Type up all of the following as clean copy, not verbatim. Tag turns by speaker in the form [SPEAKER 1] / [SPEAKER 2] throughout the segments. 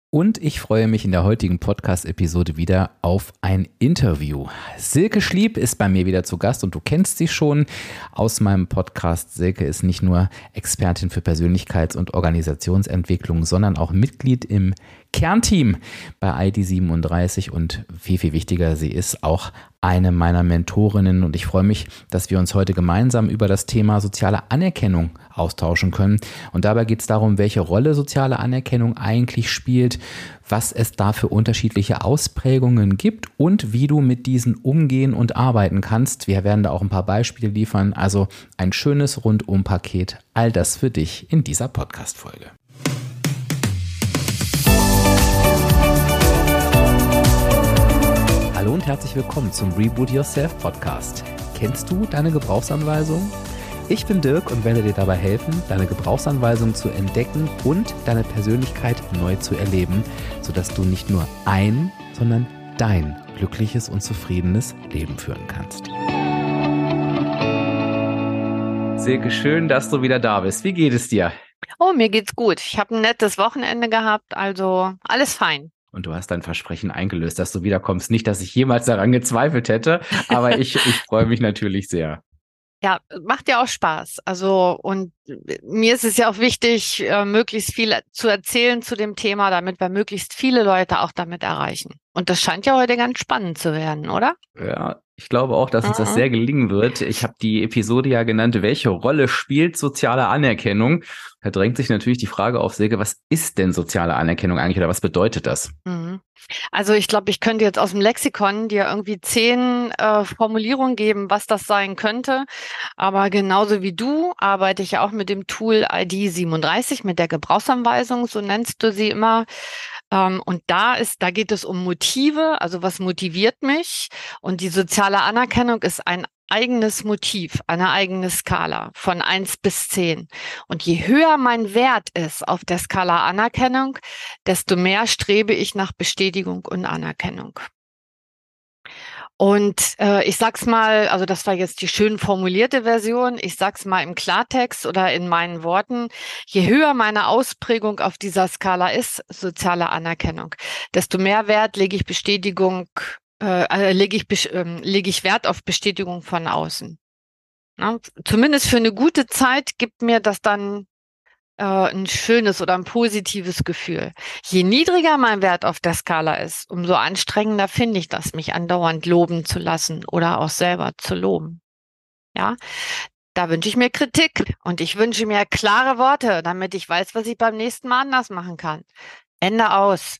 [SPEAKER 1] Und ich freue mich in der heutigen Podcast-Episode wieder auf ein Interview. Silke Schlieb ist bei mir wieder zu Gast und du kennst sie schon aus meinem Podcast. Silke ist nicht nur Expertin für Persönlichkeits- und Organisationsentwicklung, sondern auch Mitglied im Kernteam bei ID37 und viel, viel wichtiger, sie ist auch eine meiner Mentorinnen und ich freue mich, dass wir uns heute gemeinsam über das Thema soziale Anerkennung austauschen können. Und dabei geht es darum, welche Rolle soziale Anerkennung eigentlich spielt, was es da für unterschiedliche Ausprägungen gibt und wie du mit diesen umgehen und arbeiten kannst. Wir werden da auch ein paar Beispiele liefern, also ein schönes Rundum-Paket. All das für dich in dieser Podcast-Folge. Hallo und herzlich willkommen zum Reboot Yourself Podcast. Kennst du deine Gebrauchsanweisung? Ich bin Dirk und werde dir dabei helfen, deine Gebrauchsanweisung zu entdecken und deine Persönlichkeit neu zu erleben, sodass du nicht nur ein, sondern dein glückliches und zufriedenes Leben führen kannst. Silke, schön, dass du wieder da bist. Wie geht es dir?
[SPEAKER 2] Oh, mir geht's gut. Ich habe ein nettes Wochenende gehabt, also alles fein.
[SPEAKER 1] Und du hast dein Versprechen eingelöst, dass du wiederkommst. Nicht, dass ich jemals daran gezweifelt hätte, aber ich freue mich natürlich sehr.
[SPEAKER 2] Ja, macht ja auch Spaß. Also, und mir ist es ja auch wichtig, möglichst viel zu erzählen zu dem Thema, damit wir möglichst viele Leute auch damit erreichen. Und das scheint ja heute ganz spannend zu werden, oder?
[SPEAKER 1] Ja, ich glaube auch, dass uns das sehr gelingen wird. Ich habe die Episode ja genannt, welche Rolle spielt soziale Anerkennung? Da drängt sich natürlich die Frage auf, Silke, was ist denn soziale Anerkennung eigentlich oder was bedeutet das?
[SPEAKER 2] Also ich glaube, ich könnte jetzt aus dem Lexikon dir irgendwie 10 Formulierungen geben, was das sein könnte. Aber genauso wie du arbeite ich ja auch mit dem Tool ID37, mit der Gebrauchsanweisung, so nennst du sie immer. Und da geht es um Motive, also was motiviert mich. Und die soziale Anerkennung ist ein eigenes Motiv, eine eigene Skala von 1 bis 10. Und je höher mein Wert ist auf der Skala Anerkennung, desto mehr strebe ich nach Bestätigung und Anerkennung. Und ich sag's mal, also das war jetzt die schön formulierte Version, ich sag's mal im Klartext oder in meinen Worten, je höher meine Ausprägung auf dieser Skala ist, soziale Anerkennung, desto mehr Wert lege ich lege ich Wert auf Bestätigung von außen. Ja, zumindest für eine gute Zeit gibt mir das dann ein schönes oder ein positives Gefühl. Je niedriger mein Wert auf der Skala ist, umso anstrengender finde ich das, mich andauernd loben zu lassen oder auch selber zu loben. Ja, da wünsche ich mir Kritik und ich wünsche mir klare Worte, damit ich weiß, was ich beim nächsten Mal anders machen kann. Ende aus.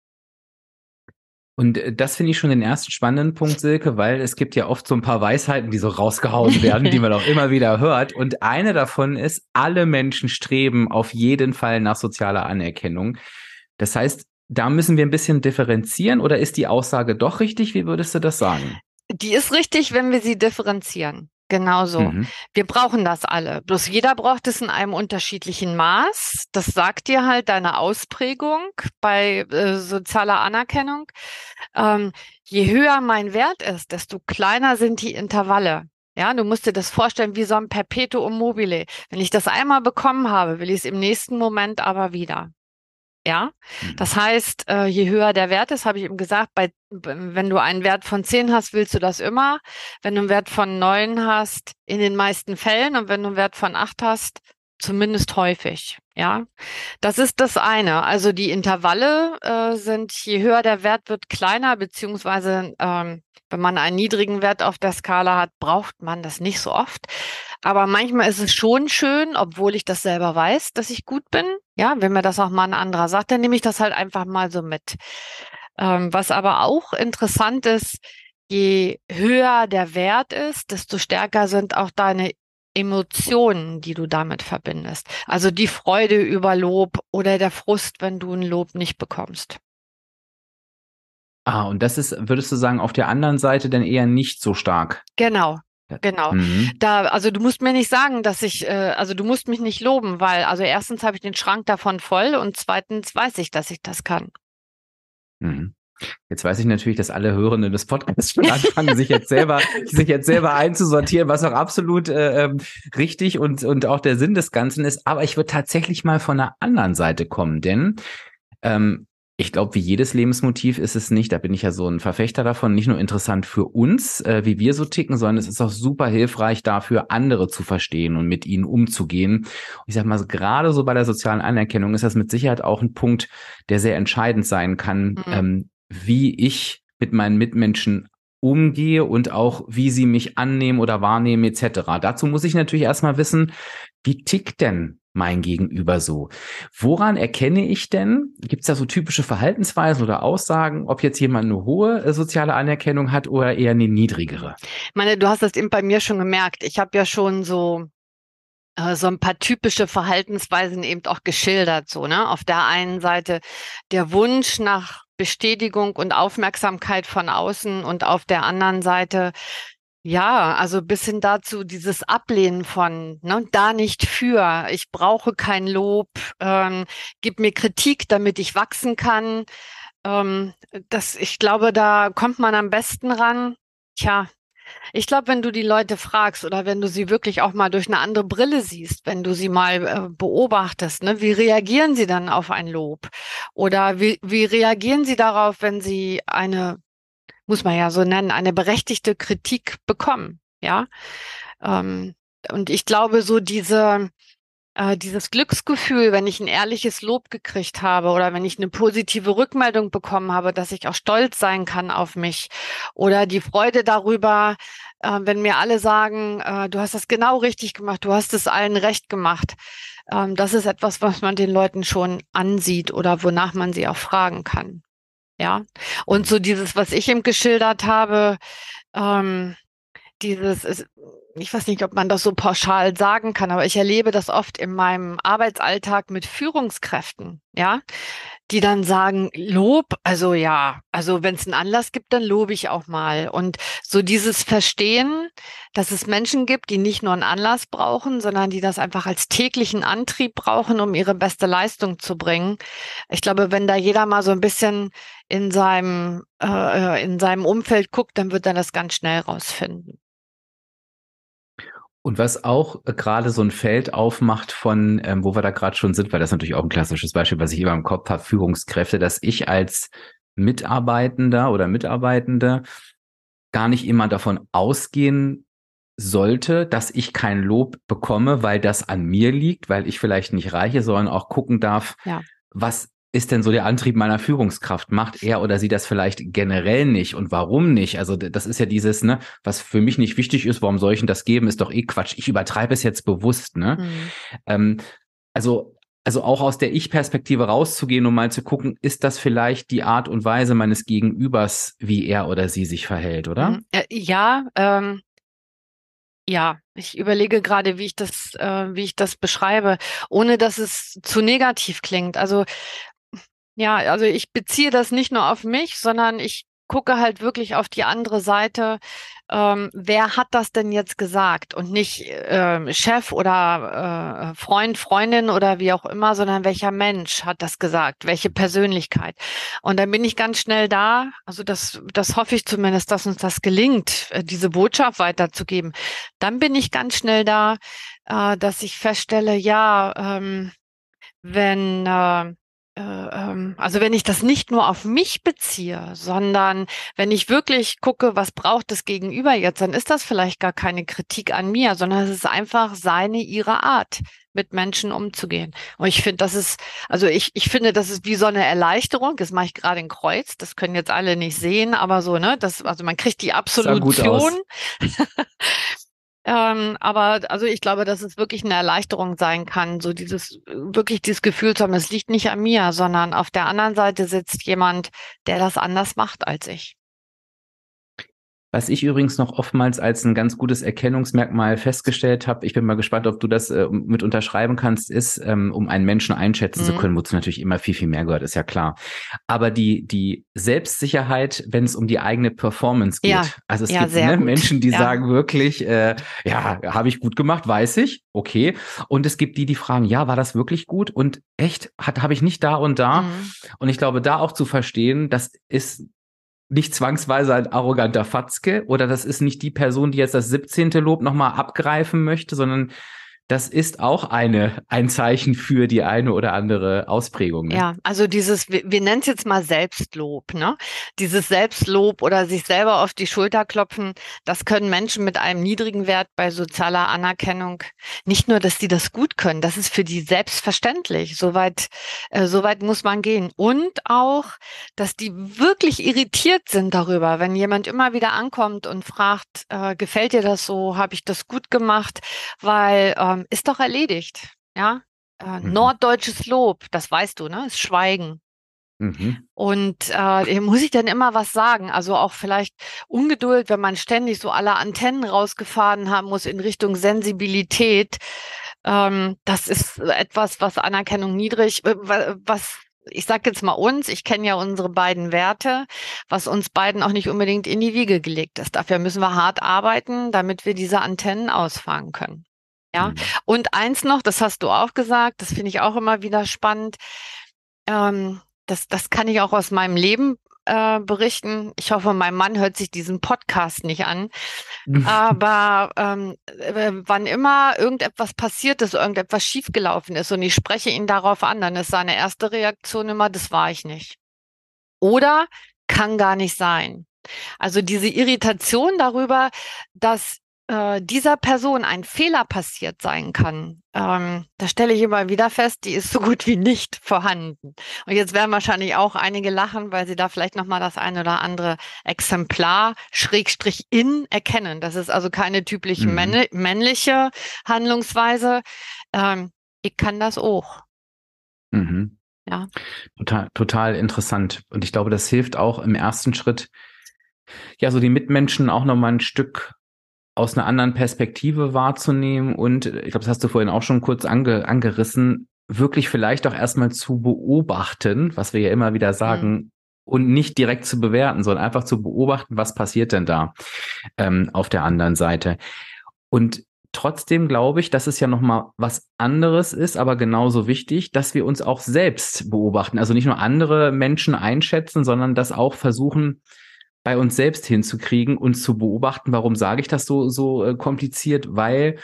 [SPEAKER 1] Und das finde ich schon den ersten spannenden Punkt, Silke, weil es gibt ja oft so ein paar Weisheiten, die so rausgehauen werden, die man auch immer wieder hört. Und eine davon ist, alle Menschen streben auf jeden Fall nach sozialer Anerkennung. Das heißt, da müssen wir ein bisschen differenzieren oder ist die Aussage doch richtig? Wie würdest du das sagen?
[SPEAKER 2] Die ist richtig, wenn wir sie differenzieren. Genauso.
[SPEAKER 1] Mhm.
[SPEAKER 2] Wir brauchen das alle. Bloß jeder braucht es in einem unterschiedlichen Maß. Das sagt dir halt deine Ausprägung bei sozialer Anerkennung. Je höher mein Wert ist, desto kleiner sind die Intervalle. Ja, du musst dir das vorstellen wie so ein Perpetuum mobile. Wenn ich das einmal bekommen habe, will ich es im nächsten Moment aber wieder. Ja, das heißt, je höher der Wert ist, habe ich eben gesagt, wenn du einen Wert von 10 hast, willst du das immer. Wenn du einen Wert von 9 hast, in den meisten Fällen. Und wenn du einen Wert von 8 hast, zumindest häufig. Ja, das ist das eine. Also die Intervalle sind, je höher der Wert wird, kleiner, beziehungsweise wenn man einen niedrigen Wert auf der Skala hat, braucht man das nicht so oft. Aber manchmal ist es schon schön, obwohl ich das selber weiß, dass ich gut bin. Ja, wenn mir das auch mal ein anderer sagt, dann nehme ich das halt einfach mal so mit. Was aber auch interessant ist, je höher der Wert ist, desto stärker sind auch deine Emotionen, die du damit verbindest. Also die Freude über Lob oder der Frust, wenn du ein Lob nicht bekommst.
[SPEAKER 1] Und das ist, würdest du sagen, auf der anderen Seite dann eher nicht so stark?
[SPEAKER 2] Genau. Genau.
[SPEAKER 1] Mhm.
[SPEAKER 2] Also du musst mir nicht sagen, also du musst mich nicht loben, weil, also erstens habe ich den Schrank davon voll und zweitens weiß ich, dass ich das kann.
[SPEAKER 1] Mhm. Jetzt weiß ich natürlich, dass alle Hörenden des Podcasts schon anfangen, sich jetzt selber einzusortieren, was auch absolut richtig und auch der Sinn des Ganzen ist. Aber ich würde tatsächlich mal von der anderen Seite kommen, denn Ich glaube, wie jedes Lebensmotiv ist es nicht, da bin ich ja so ein Verfechter davon, nicht nur interessant für uns, wie wir so ticken, sondern es ist auch super hilfreich dafür, andere zu verstehen und mit ihnen umzugehen. Und ich sag mal, gerade so bei der sozialen Anerkennung ist das mit Sicherheit auch ein Punkt, der sehr entscheidend sein kann,
[SPEAKER 2] Mhm.
[SPEAKER 1] wie ich mit meinen Mitmenschen umgehe und auch, wie sie mich annehmen oder wahrnehmen etc. Dazu muss ich natürlich erstmal wissen, wie tickt denn mein Gegenüber so? Woran erkenne ich denn, gibt es da so typische Verhaltensweisen oder Aussagen, ob jetzt jemand eine hohe soziale Anerkennung hat oder eher eine
[SPEAKER 2] Mhm.
[SPEAKER 1] niedrigere?
[SPEAKER 2] Ich meine, du hast das eben bei mir schon gemerkt. Ich habe ja schon so ein paar typische Verhaltensweisen eben auch geschildert, so, ne? Auf der einen Seite der Wunsch nach Bestätigung und Aufmerksamkeit von außen und auf der anderen Seite, ja, also bis hin dazu dieses Ablehnen von, ne, da nicht für, ich brauche kein Lob, gib mir Kritik, damit ich wachsen kann. Ähm, ich glaube, da kommt man am besten ran. Tja, ich glaube, wenn du die Leute fragst oder wenn du sie wirklich auch mal durch eine andere Brille siehst, wenn du sie mal beobachtest, ne, wie reagieren sie dann auf ein Lob? Oder wie reagieren sie darauf, wenn sie eine, muss man ja so nennen, eine berechtigte Kritik bekommen? Ja. Ähm, und ich glaube, dieses Glücksgefühl, wenn ich ein ehrliches Lob gekriegt habe oder wenn ich eine positive Rückmeldung bekommen habe, dass ich auch stolz sein kann auf mich oder die Freude darüber, wenn mir alle sagen, du hast das genau richtig gemacht, du hast es allen recht gemacht. Das ist etwas, was man den Leuten schon ansieht oder wonach man sie auch fragen kann. Ja. Und so dieses, was ich ihm geschildert habe, ähm, dieses ist, ich weiß nicht, ob man das so pauschal sagen kann, aber ich erlebe das oft in meinem Arbeitsalltag mit Führungskräften, ja, die dann sagen, Lob, also ja, also wenn es einen Anlass gibt, dann lobe ich auch mal. Und so dieses Verstehen, dass es Menschen gibt, die nicht nur einen Anlass brauchen, sondern die das einfach als täglichen Antrieb brauchen, um ihre beste Leistung zu bringen. Ich glaube, wenn da jeder mal so ein bisschen in seinem Umfeld guckt, dann wird er das ganz schnell rausfinden.
[SPEAKER 1] Und was auch gerade so ein Feld aufmacht von, wo wir da gerade schon sind, weil das natürlich auch ein klassisches Beispiel, was ich immer im Kopf habe, Führungskräfte, dass ich als Mitarbeitender oder Mitarbeitende gar nicht immer davon ausgehen sollte, dass ich kein Lob bekomme, weil das an mir liegt, weil ich vielleicht nicht reiche, sondern auch gucken darf,
[SPEAKER 2] Ja.
[SPEAKER 1] was ist denn so der Antrieb meiner Führungskraft? Macht er oder sie das vielleicht generell nicht und warum nicht? Also das ist ja dieses, ne, was für mich nicht wichtig ist, warum soll ich denn das geben, ist doch eh Quatsch. Ich übertreibe es jetzt bewusst, ne?
[SPEAKER 2] Hm.
[SPEAKER 1] Ähm, also auch aus der Ich-Perspektive rauszugehen und mal zu gucken, ist das vielleicht die Art und Weise meines Gegenübers, wie er oder sie sich verhält, oder?
[SPEAKER 2] Mhm. Ja, ja, ich überlege gerade, wie ich das beschreibe, ohne dass es zu negativ klingt. Also ja, also ich beziehe das nicht nur auf mich, sondern ich gucke halt wirklich auf die andere Seite. Wer hat das denn jetzt gesagt? Und nicht Chef oder Freund, Freundin oder wie auch immer, sondern welcher Mensch hat das gesagt? Welche Persönlichkeit? Und dann bin ich ganz schnell da. Also das hoffe ich zumindest, dass uns das gelingt, diese Botschaft weiterzugeben. Dann bin ich ganz schnell da, dass ich feststelle, ja, wenn also wenn ich das nicht nur auf mich beziehe, sondern wenn ich wirklich gucke, was braucht das Gegenüber jetzt, dann ist das vielleicht gar keine Kritik an mir, sondern es ist einfach ihre Art, mit Menschen umzugehen. Und ich finde, ich finde, das ist wie so eine Erleichterung. Das mache ich gerade in Kreuz. Das können jetzt alle nicht sehen, aber so, ne, also man kriegt die
[SPEAKER 1] Sah gut
[SPEAKER 2] Absolution.
[SPEAKER 1] aus.
[SPEAKER 2] Aber also ich glaube, dass es wirklich eine Erleichterung sein kann, so wirklich dieses Gefühl zu haben, es liegt nicht an mir, sondern auf der anderen Seite sitzt jemand, der das anders macht als ich.
[SPEAKER 1] Was ich übrigens noch oftmals als ein ganz gutes Erkennungsmerkmal festgestellt habe, ich bin mal gespannt, ob du das mit unterschreiben kannst, ist, um einen Menschen einschätzen zu
[SPEAKER 2] Mhm.
[SPEAKER 1] können, wozu natürlich immer viel, viel mehr gehört, ist ja klar. Aber die Selbstsicherheit, wenn es um die eigene Performance
[SPEAKER 2] Ja,
[SPEAKER 1] geht. Also es
[SPEAKER 2] ja,
[SPEAKER 1] gibt
[SPEAKER 2] sehr gut.
[SPEAKER 1] Menschen, die
[SPEAKER 2] Ja.
[SPEAKER 1] sagen wirklich, ja, habe ich gut gemacht, weiß ich, okay. Und es gibt die fragen, ja, war das wirklich gut? Und echt, habe ich nicht da und da?
[SPEAKER 2] Mhm.
[SPEAKER 1] Und ich glaube, da auch zu verstehen, das ist nicht zwangsweise ein arroganter Fatzke oder das ist nicht die Person, die jetzt das 17. Lob nochmal abgreifen möchte, sondern das ist auch ein Zeichen für die eine oder andere Ausprägung, ne?
[SPEAKER 2] Ja, also wir nennen es jetzt mal Selbstlob, ne? Dieses Selbstlob oder sich selber auf die Schulter klopfen, das können Menschen mit einem niedrigen Wert bei sozialer Anerkennung nicht nur, dass die das gut können, das ist für die selbstverständlich. Soweit muss man gehen. Und auch, dass die wirklich irritiert sind darüber, wenn jemand immer wieder ankommt und fragt, gefällt dir das so? Habe ich das gut gemacht? Weil ist doch erledigt, ja?
[SPEAKER 1] Mhm.
[SPEAKER 2] Norddeutsches Lob, das weißt du, ne? Ist Schweigen.
[SPEAKER 1] Mhm.
[SPEAKER 2] Und muss ich dann immer was sagen? Also auch vielleicht Ungeduld, wenn man ständig so alle Antennen rausgefahren haben muss in Richtung Sensibilität. Das ist etwas, was Anerkennung niedrig, was ich sage jetzt mal uns, ich kenne ja unsere beiden Werte, was uns beiden auch nicht unbedingt in die Wiege gelegt ist. Dafür müssen wir hart arbeiten, damit wir diese Antennen ausfahren können. Ja,
[SPEAKER 1] Mhm.
[SPEAKER 2] und eins noch, das hast du auch gesagt, das finde ich auch immer wieder spannend. Das kann ich auch aus meinem Leben berichten. Ich hoffe, mein Mann hört sich diesen Podcast nicht an. Aber wann immer irgendetwas passiert ist, irgendetwas schiefgelaufen ist und ich spreche ihn darauf an, dann ist seine erste Reaktion immer, das war ich nicht. Oder kann gar nicht sein. Also diese Irritation darüber, dass dieser Person ein Fehler passiert sein kann, da stelle ich immer wieder fest, die ist so gut wie nicht vorhanden. Und jetzt werden wahrscheinlich auch einige lachen, weil sie da vielleicht nochmal das ein oder andere Exemplar Schrägstrich in erkennen. Das ist also keine typisch
[SPEAKER 1] Mhm.
[SPEAKER 2] männliche Handlungsweise. Ich kann das auch.
[SPEAKER 1] Mhm.
[SPEAKER 2] Ja.
[SPEAKER 1] Total interessant. Und ich glaube, das hilft auch im ersten Schritt, ja, so die Mitmenschen auch nochmal ein Stück aus einer anderen Perspektive wahrzunehmen. Und ich glaube, das hast du vorhin auch schon kurz angerissen, wirklich vielleicht auch erstmal zu beobachten, was wir ja immer wieder
[SPEAKER 2] Hm.
[SPEAKER 1] sagen, und nicht direkt zu bewerten, sondern einfach zu beobachten, was passiert denn da auf der anderen Seite. Und trotzdem glaube ich, dass es ja nochmal was anderes ist, aber genauso wichtig, dass wir uns auch selbst beobachten. Also nicht nur andere Menschen einschätzen, sondern das auch versuchen, bei uns selbst hinzukriegen und zu beobachten. Warum sage ich das so kompliziert? Weil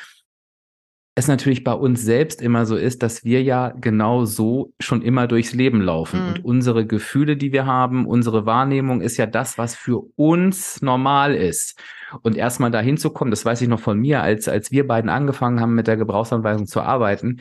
[SPEAKER 1] es natürlich bei uns selbst immer so ist, dass wir ja genau so schon immer durchs Leben laufen. Und
[SPEAKER 2] Hm.
[SPEAKER 1] unsere Gefühle, die wir haben, unsere Wahrnehmung ist ja das, was für uns normal ist. Und erstmal dahin zu kommen, das weiß ich noch von mir, als wir beiden angefangen haben, mit der Gebrauchsanweisung zu arbeiten,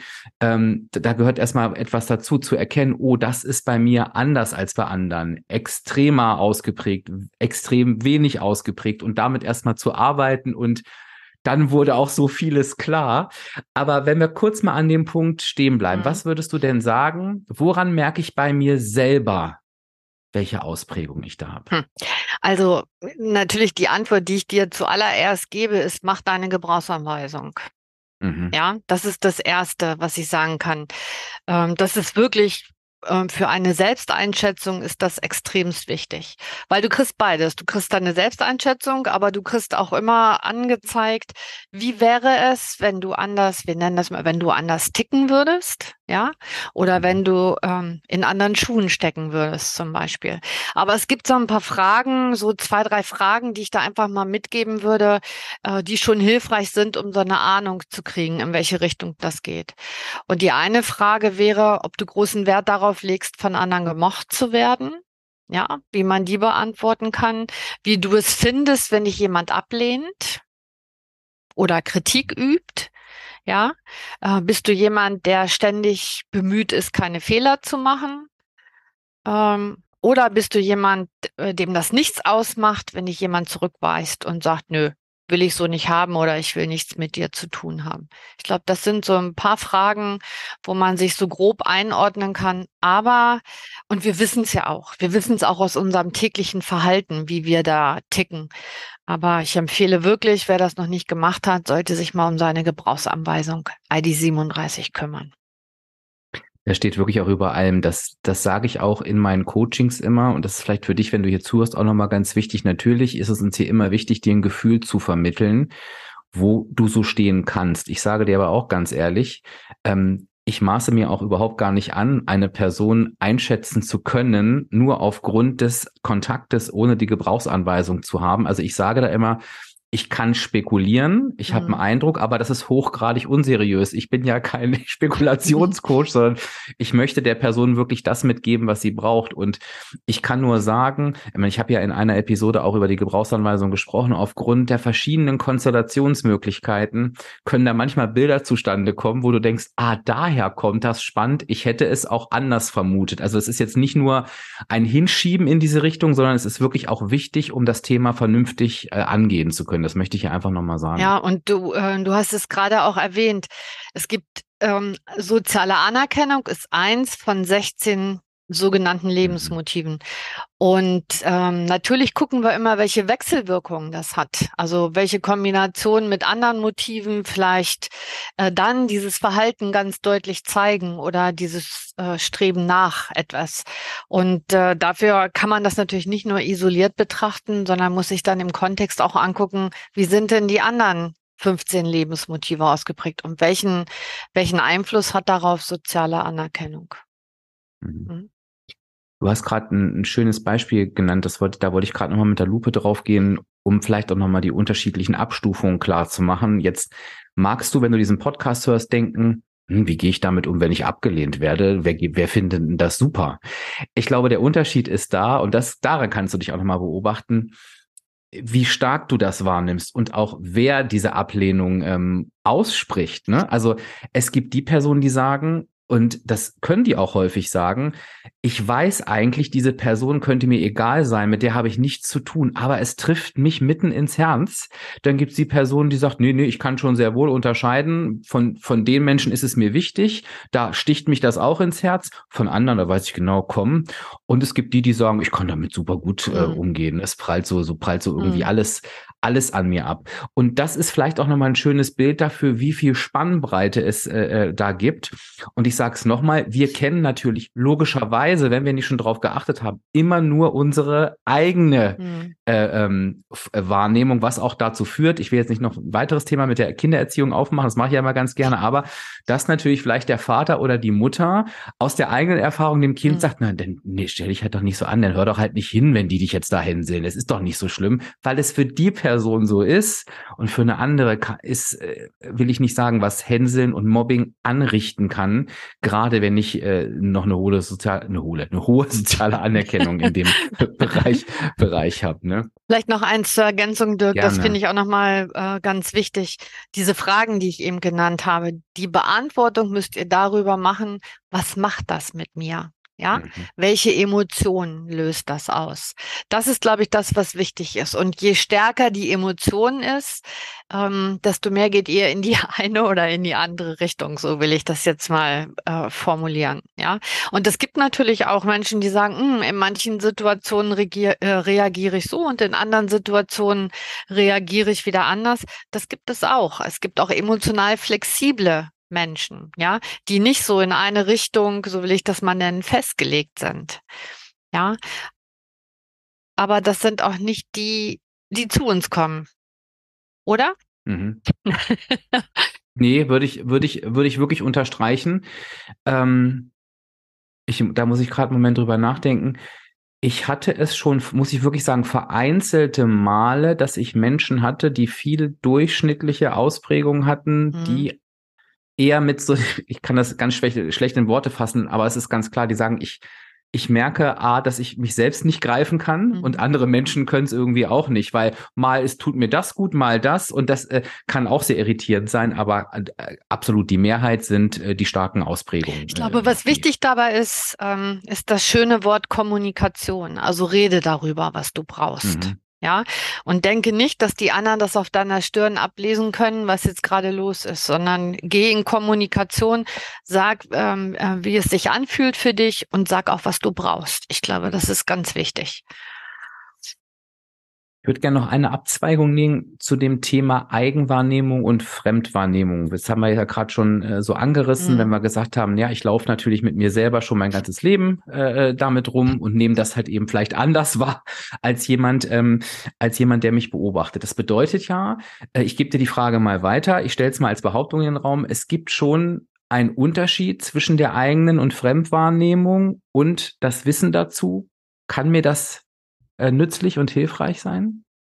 [SPEAKER 1] da gehört erstmal etwas dazu, zu erkennen, oh, das ist bei mir anders als bei anderen, extremer ausgeprägt, extrem wenig ausgeprägt und damit erstmal zu arbeiten und dann wurde auch so vieles klar. Aber wenn wir kurz mal an dem Punkt stehen bleiben,
[SPEAKER 2] Hm.
[SPEAKER 1] was würdest du denn sagen, woran merke ich bei mir selber, welche Ausprägung ich da habe?
[SPEAKER 2] Hm. Also natürlich die Antwort, die ich dir zuallererst gebe, ist, mach deine Gebrauchsanweisung.
[SPEAKER 1] Mhm.
[SPEAKER 2] Ja, das ist das Erste, was ich sagen kann. Das ist wirklich für eine Selbsteinschätzung ist das extremst wichtig, weil du kriegst beides. Du kriegst deine Selbsteinschätzung, aber du kriegst auch immer angezeigt, wie wäre es, wenn du anders, wir nennen das mal, wenn du anders ticken würdest, ja, oder
[SPEAKER 1] Mhm.
[SPEAKER 2] wenn du in anderen Schuhen stecken würdest, zum Beispiel. Aber es gibt so ein paar Fragen, so zwei, drei Fragen, die ich da einfach mal mitgeben würde, die schon hilfreich sind, um so eine Ahnung zu kriegen, in welche Richtung das geht. Und die eine Frage wäre, ob du großen Wert darauf legst, von anderen gemocht zu werden. Ja, wie man die beantworten kann, wie du es findest, wenn dich jemand ablehnt oder Kritik übt. Ja, bist du jemand, der ständig bemüht ist, keine Fehler zu machen? Oder bist du jemand, dem das nichts ausmacht, wenn dich jemand zurückweist und sagt, nö, will ich so nicht haben oder ich will nichts mit dir zu tun haben? Ich glaube, das sind so ein paar Fragen, wo man sich so grob einordnen kann. Aber, und wir wissen es ja auch, wir wissen es auch aus unserem täglichen Verhalten, wie wir da ticken. Aber ich empfehle wirklich, wer das noch nicht gemacht hat, sollte sich mal um seine Gebrauchsanweisung ID 37 kümmern.
[SPEAKER 1] Da steht wirklich auch über allem. Das sage ich auch in meinen Coachings immer. Und das ist vielleicht für dich, wenn du hier zuhörst, auch nochmal ganz wichtig. Natürlich ist es uns hier immer wichtig, dir ein Gefühl zu vermitteln, wo du so stehen kannst. Ich sage dir aber auch ganz ehrlich, ich maße mir auch überhaupt gar nicht an, eine Person einschätzen zu können, nur aufgrund des Kontaktes, ohne die Gebrauchsanweisung zu haben. Also ich sage da immer, ich kann spekulieren, ich habe einen Eindruck, aber das ist hochgradig unseriös. Ich bin ja kein Spekulationscoach, sondern ich möchte der Person wirklich das mitgeben, was sie braucht. Und ich kann nur sagen, ich meine, ich habe ja in einer Episode auch über die Gebrauchsanweisung gesprochen, aufgrund der verschiedenen Konstellationsmöglichkeiten können da manchmal Bilder zustande kommen, wo du denkst, daher kommt das spannend, ich hätte es auch anders vermutet. Also es ist jetzt nicht nur ein Hinschieben in diese Richtung, sondern es ist wirklich auch wichtig, um das Thema vernünftig angehen zu können. Das möchte ich hier einfach nochmal sagen.
[SPEAKER 2] Ja, und du hast es gerade auch erwähnt. Es gibt soziale Anerkennung ist eins von 16 sogenannten Lebensmotiven. Und natürlich gucken wir immer, welche Wechselwirkungen das hat. Also welche Kombinationen mit anderen Motiven vielleicht dann dieses Verhalten ganz deutlich zeigen oder dieses Streben nach etwas. Und dafür kann man das natürlich nicht nur isoliert betrachten, sondern muss sich dann im Kontext auch angucken, wie sind denn die anderen 15 Lebensmotive ausgeprägt und welchen Einfluss hat darauf soziale Anerkennung?
[SPEAKER 1] Mhm. Du hast gerade ein schönes Beispiel genannt, da wollte ich gerade nochmal mit der Lupe drauf gehen, um vielleicht auch nochmal die unterschiedlichen Abstufungen klar zu machen. Jetzt magst du, wenn du diesen Podcast hörst, denken, wie gehe ich damit um, wenn ich abgelehnt werde? Wer findet denn das super? Ich glaube, der Unterschied ist da, und daran kannst du dich auch nochmal beobachten, wie stark du das wahrnimmst und auch wer diese Ablehnung ausspricht. Ne? Also es gibt die Personen, die sagen, und das können die auch häufig sagen, ich weiß eigentlich, diese Person könnte mir egal sein, mit der habe ich nichts zu tun, aber es trifft mich mitten ins Herz. Dann gibt es die Person, die sagt, nee, ich kann schon sehr wohl unterscheiden. Von den Menschen ist es mir wichtig, da sticht mich das auch ins Herz. Von anderen, da weiß ich genau, komm. Und es gibt die sagen, ich kann damit super gut umgehen. Es prallt so irgendwie alles an mir ab. Und das ist vielleicht auch nochmal ein schönes Bild dafür, wie viel Spannbreite es da gibt. Und ich sage es nochmal, wir kennen natürlich logischerweise, wenn wir nicht schon drauf geachtet haben, immer nur unsere eigene Wahrnehmung, was auch dazu führt. Ich will jetzt nicht noch ein weiteres Thema mit der Kindererziehung aufmachen, das mache ich ja immer ganz gerne, aber dass natürlich vielleicht der Vater oder die Mutter aus der eigenen Erfahrung dem Kind sagt, stell dich halt doch nicht so an, dann hör doch halt nicht hin, wenn die dich jetzt da hinsehen. Es ist doch nicht so schlimm, weil es für die Person so ist und für eine andere will ich nicht sagen, was Hänseln und Mobbing anrichten kann, gerade wenn ich noch eine hohe soziale Anerkennung in dem Bereich habe. Ne?
[SPEAKER 2] Vielleicht noch eins zur Ergänzung, Dirk,
[SPEAKER 1] Gerne.
[SPEAKER 2] das finde ich auch nochmal ganz wichtig. Diese Fragen, die ich eben genannt habe, die Beantwortung müsst ihr darüber machen, was macht das mit mir? Ja, welche Emotionen löst das aus? Das ist, glaube ich, das, was wichtig ist. Und je stärker die Emotion ist, desto mehr geht ihr in die eine oder in die andere Richtung. So will ich das jetzt mal formulieren. Ja, und es gibt natürlich auch Menschen, die sagen, in manchen Situationen reagiere ich so und in anderen Situationen reagiere ich wieder anders. Das gibt es auch. Es gibt auch emotional flexible Menschen, ja, die nicht so in eine Richtung, so will ich das mal nennen, festgelegt sind. Ja, aber das sind auch nicht die zu uns kommen, oder?
[SPEAKER 1] Mhm. Nee, würde ich wirklich unterstreichen. Da muss ich gerade einen Moment drüber nachdenken. Ich hatte es schon, muss ich wirklich sagen, vereinzelte Male, dass ich Menschen hatte, die viele durchschnittliche Ausprägungen hatten, die eher mit so, ich kann das ganz schlecht in Worte fassen, aber es ist ganz klar, die sagen, ich merke, dass ich mich selbst nicht greifen kann und andere Menschen können es irgendwie auch nicht, weil mal es tut mir das gut, mal das und das kann auch sehr irritierend sein, aber absolut die Mehrheit sind die starken Ausprägungen.
[SPEAKER 2] Ich glaube, was wichtig dabei ist, ist das schöne Wort Kommunikation. Also rede darüber, was du brauchst. Ja, und denke nicht, dass die anderen das auf deiner Stirn ablesen können, was jetzt gerade los ist, sondern geh in Kommunikation, sag, wie es sich anfühlt für dich und sag auch, was du brauchst. Ich glaube, das ist ganz wichtig.
[SPEAKER 1] Ich würde gerne noch eine Abzweigung nehmen zu dem Thema Eigenwahrnehmung und Fremdwahrnehmung. Das haben wir ja gerade schon so angerissen, wenn wir gesagt haben, ja, ich laufe natürlich mit mir selber schon mein ganzes Leben damit rum und nehme das halt eben vielleicht anders wahr als jemand, der mich beobachtet. Das bedeutet ja, ich gebe dir die Frage mal weiter, ich stelle es mal als Behauptung in den Raum, es gibt schon einen Unterschied zwischen der eigenen und Fremdwahrnehmung und das Wissen dazu. Kann mir das nützlich und hilfreich sein?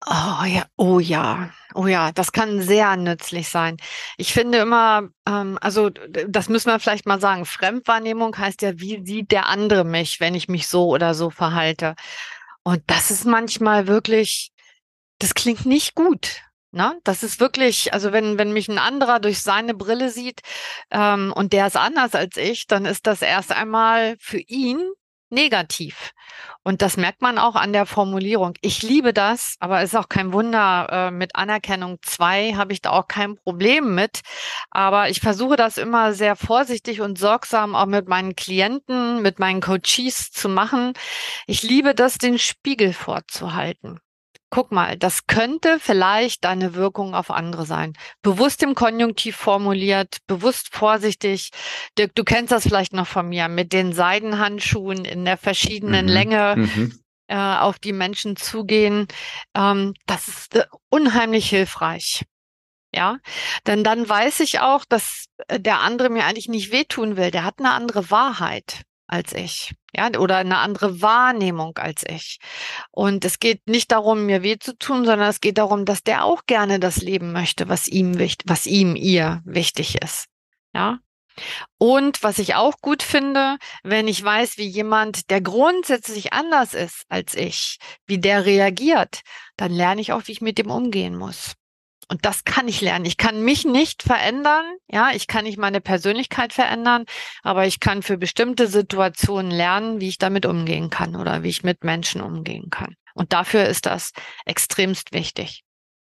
[SPEAKER 2] Oh ja, oh ja, oh ja, das kann sehr nützlich sein. Ich finde immer, das müssen wir vielleicht mal sagen, Fremdwahrnehmung heißt ja, wie sieht der andere mich, wenn ich mich so oder so verhalte? Und das ist manchmal wirklich, das klingt nicht gut. Ne? Das ist wirklich, also wenn mich ein anderer durch seine Brille sieht, und der ist anders als ich, dann ist das erst einmal für ihn negativ. Und das merkt man auch an der Formulierung. Ich liebe das, aber ist auch kein Wunder. Mit Anerkennung 2 habe ich da auch kein Problem mit. Aber ich versuche das immer sehr vorsichtig und sorgsam auch mit meinen Klienten, mit meinen Coaches zu machen. Ich liebe das, den Spiegel vorzuhalten. Guck mal, das könnte vielleicht deine Wirkung auf andere sein. Bewusst im Konjunktiv formuliert, bewusst vorsichtig. Dirk, du kennst das vielleicht noch von mir, mit den Seidenhandschuhen in der verschiedenen
[SPEAKER 1] Mhm.
[SPEAKER 2] Länge
[SPEAKER 1] Mhm.
[SPEAKER 2] auf die Menschen zugehen. Das ist unheimlich hilfreich. Ja, denn dann weiß ich auch, dass der andere mir eigentlich nicht wehtun will. Der hat eine andere Wahrheit als ich. Ja, oder eine andere Wahrnehmung als ich. Und es geht nicht darum, mir weh zu tun, sondern es geht darum, dass der auch gerne das Leben möchte, was ihm, ihr wichtig ist. Ja. Und was ich auch gut finde, wenn ich weiß, wie jemand, der grundsätzlich anders ist als ich, wie der reagiert, dann lerne ich auch, wie ich mit dem umgehen muss. Und das kann ich lernen. Ich kann mich nicht verändern. Ja, ich kann nicht meine Persönlichkeit verändern, aber ich kann für bestimmte Situationen lernen, wie ich damit umgehen kann oder wie ich mit Menschen umgehen kann. Und dafür ist das extremst wichtig.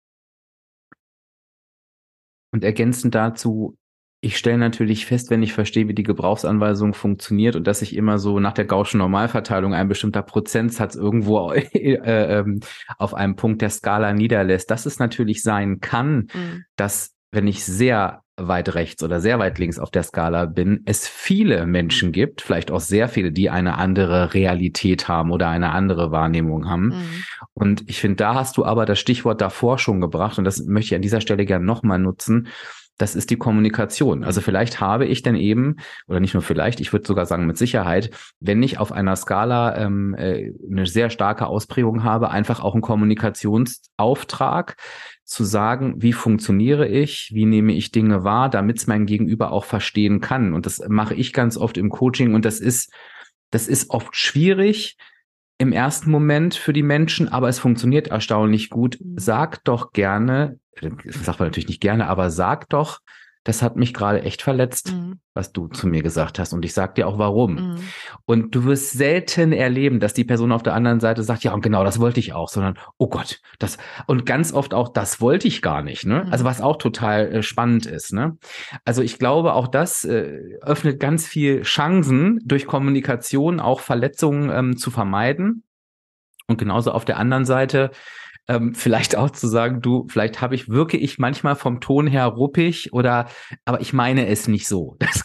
[SPEAKER 1] Und ergänzend dazu, ich stelle natürlich fest, wenn ich verstehe, wie die Gebrauchsanweisung funktioniert und dass sich immer so nach der Gaußschen Normalverteilung ein bestimmter Prozentsatz irgendwo auf einem Punkt der Skala niederlässt, dass es natürlich sein kann,
[SPEAKER 2] Mhm.
[SPEAKER 1] dass, wenn ich sehr weit rechts oder sehr weit links auf der Skala bin, es viele Menschen gibt, vielleicht auch sehr viele, die eine andere Realität haben oder eine andere Wahrnehmung haben.
[SPEAKER 2] Mhm.
[SPEAKER 1] Und ich finde, da hast du aber das Stichwort davor schon gebracht und das möchte ich an dieser Stelle gerne nochmal nutzen. Das ist die Kommunikation. Also vielleicht habe ich dann eben, oder nicht nur vielleicht, ich würde sogar sagen mit Sicherheit, wenn ich auf einer Skala eine sehr starke Ausprägung habe, einfach auch einen Kommunikationsauftrag zu sagen, wie funktioniere ich, wie nehme ich Dinge wahr, damit es mein Gegenüber auch verstehen kann. Und das mache ich ganz oft im Coaching und das ist oft schwierig im ersten Moment für die Menschen, aber es funktioniert erstaunlich gut.
[SPEAKER 2] Mhm.
[SPEAKER 1] Sag doch gerne, das sagt man natürlich nicht gerne, aber sag doch, das hat mich gerade echt verletzt,
[SPEAKER 2] Mhm.
[SPEAKER 1] was du zu mir gesagt hast. Und ich sag dir auch warum.
[SPEAKER 2] Mhm.
[SPEAKER 1] Und du wirst selten erleben, dass die Person auf der anderen Seite sagt, ja, und genau, das wollte ich auch, sondern, oh Gott, das, und ganz oft auch, das wollte ich gar nicht, ne? Also
[SPEAKER 2] Mhm.
[SPEAKER 1] was auch total spannend ist, ne? Also ich glaube, auch das öffnet ganz viel Chancen, durch Kommunikation auch Verletzungen zu vermeiden. Und genauso auf der anderen Seite vielleicht auch zu sagen, du, vielleicht wirke ich manchmal vom Ton her ruppig oder, aber ich meine es nicht so. Das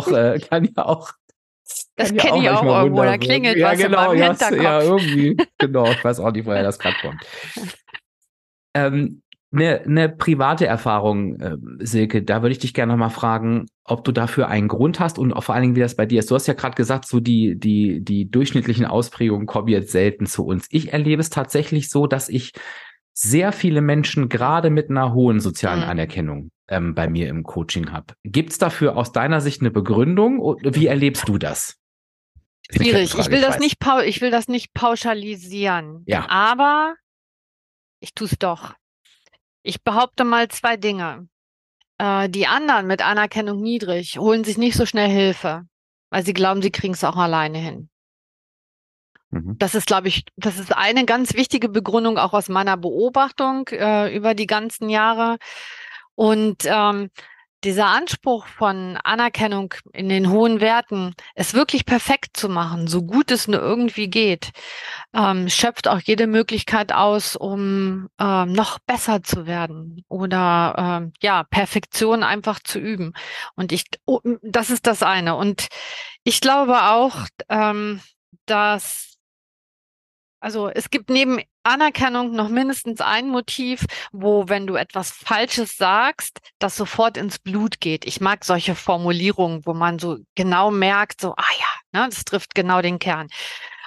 [SPEAKER 2] Das
[SPEAKER 1] kann ja
[SPEAKER 2] kenne
[SPEAKER 1] auch
[SPEAKER 2] ich auch
[SPEAKER 1] manchmal
[SPEAKER 2] irgendwo. Da
[SPEAKER 1] Wunder wirken.
[SPEAKER 2] klingelt
[SPEAKER 1] Ja,
[SPEAKER 2] was in
[SPEAKER 1] genau,
[SPEAKER 2] meinem
[SPEAKER 1] ja, ja,
[SPEAKER 2] Hinterkopf.
[SPEAKER 1] irgendwie, genau, ich weiß auch nicht, woher das gerade kommt. Ähm, eine private Erfahrung, Silke, da würde ich dich gerne nochmal fragen, ob du dafür einen Grund hast und auch vor allen Dingen, wie das bei dir ist. Du hast ja gerade gesagt, so die durchschnittlichen Ausprägungen kommen jetzt selten zu uns. Ich erlebe es tatsächlich so, dass ich sehr viele Menschen gerade mit einer hohen sozialen
[SPEAKER 2] Mhm.
[SPEAKER 1] Anerkennung bei mir im Coaching habe. Gibt es dafür aus deiner Sicht eine Begründung? Und wie erlebst du das? Ist eine
[SPEAKER 2] Schwierig.
[SPEAKER 1] Kettenfrage, ich weiß.
[SPEAKER 2] Ich will das nicht pauschalisieren,
[SPEAKER 1] Ja.
[SPEAKER 2] aber ich tue es doch. Ich behaupte mal zwei Dinge. Die anderen mit Anerkennung niedrig holen sich nicht so schnell Hilfe, weil sie glauben, sie kriegen es auch alleine hin.
[SPEAKER 1] Mhm.
[SPEAKER 2] Das ist, glaube ich, das ist eine ganz wichtige Begründung auch aus meiner Beobachtung über die ganzen Jahre. Und dieser Anspruch von Anerkennung in den hohen Werten, es wirklich perfekt zu machen, so gut es nur irgendwie geht, schöpft auch jede Möglichkeit aus, um noch besser zu werden oder ja, Perfektion einfach zu üben. Das ist das eine. Und ich glaube auch, dass also es gibt neben Anerkennung noch mindestens ein Motiv, wo, wenn du etwas Falsches sagst, das sofort ins Blut geht. Ich mag solche Formulierungen, wo man so genau merkt, so, ah ja, ne, das trifft genau den Kern.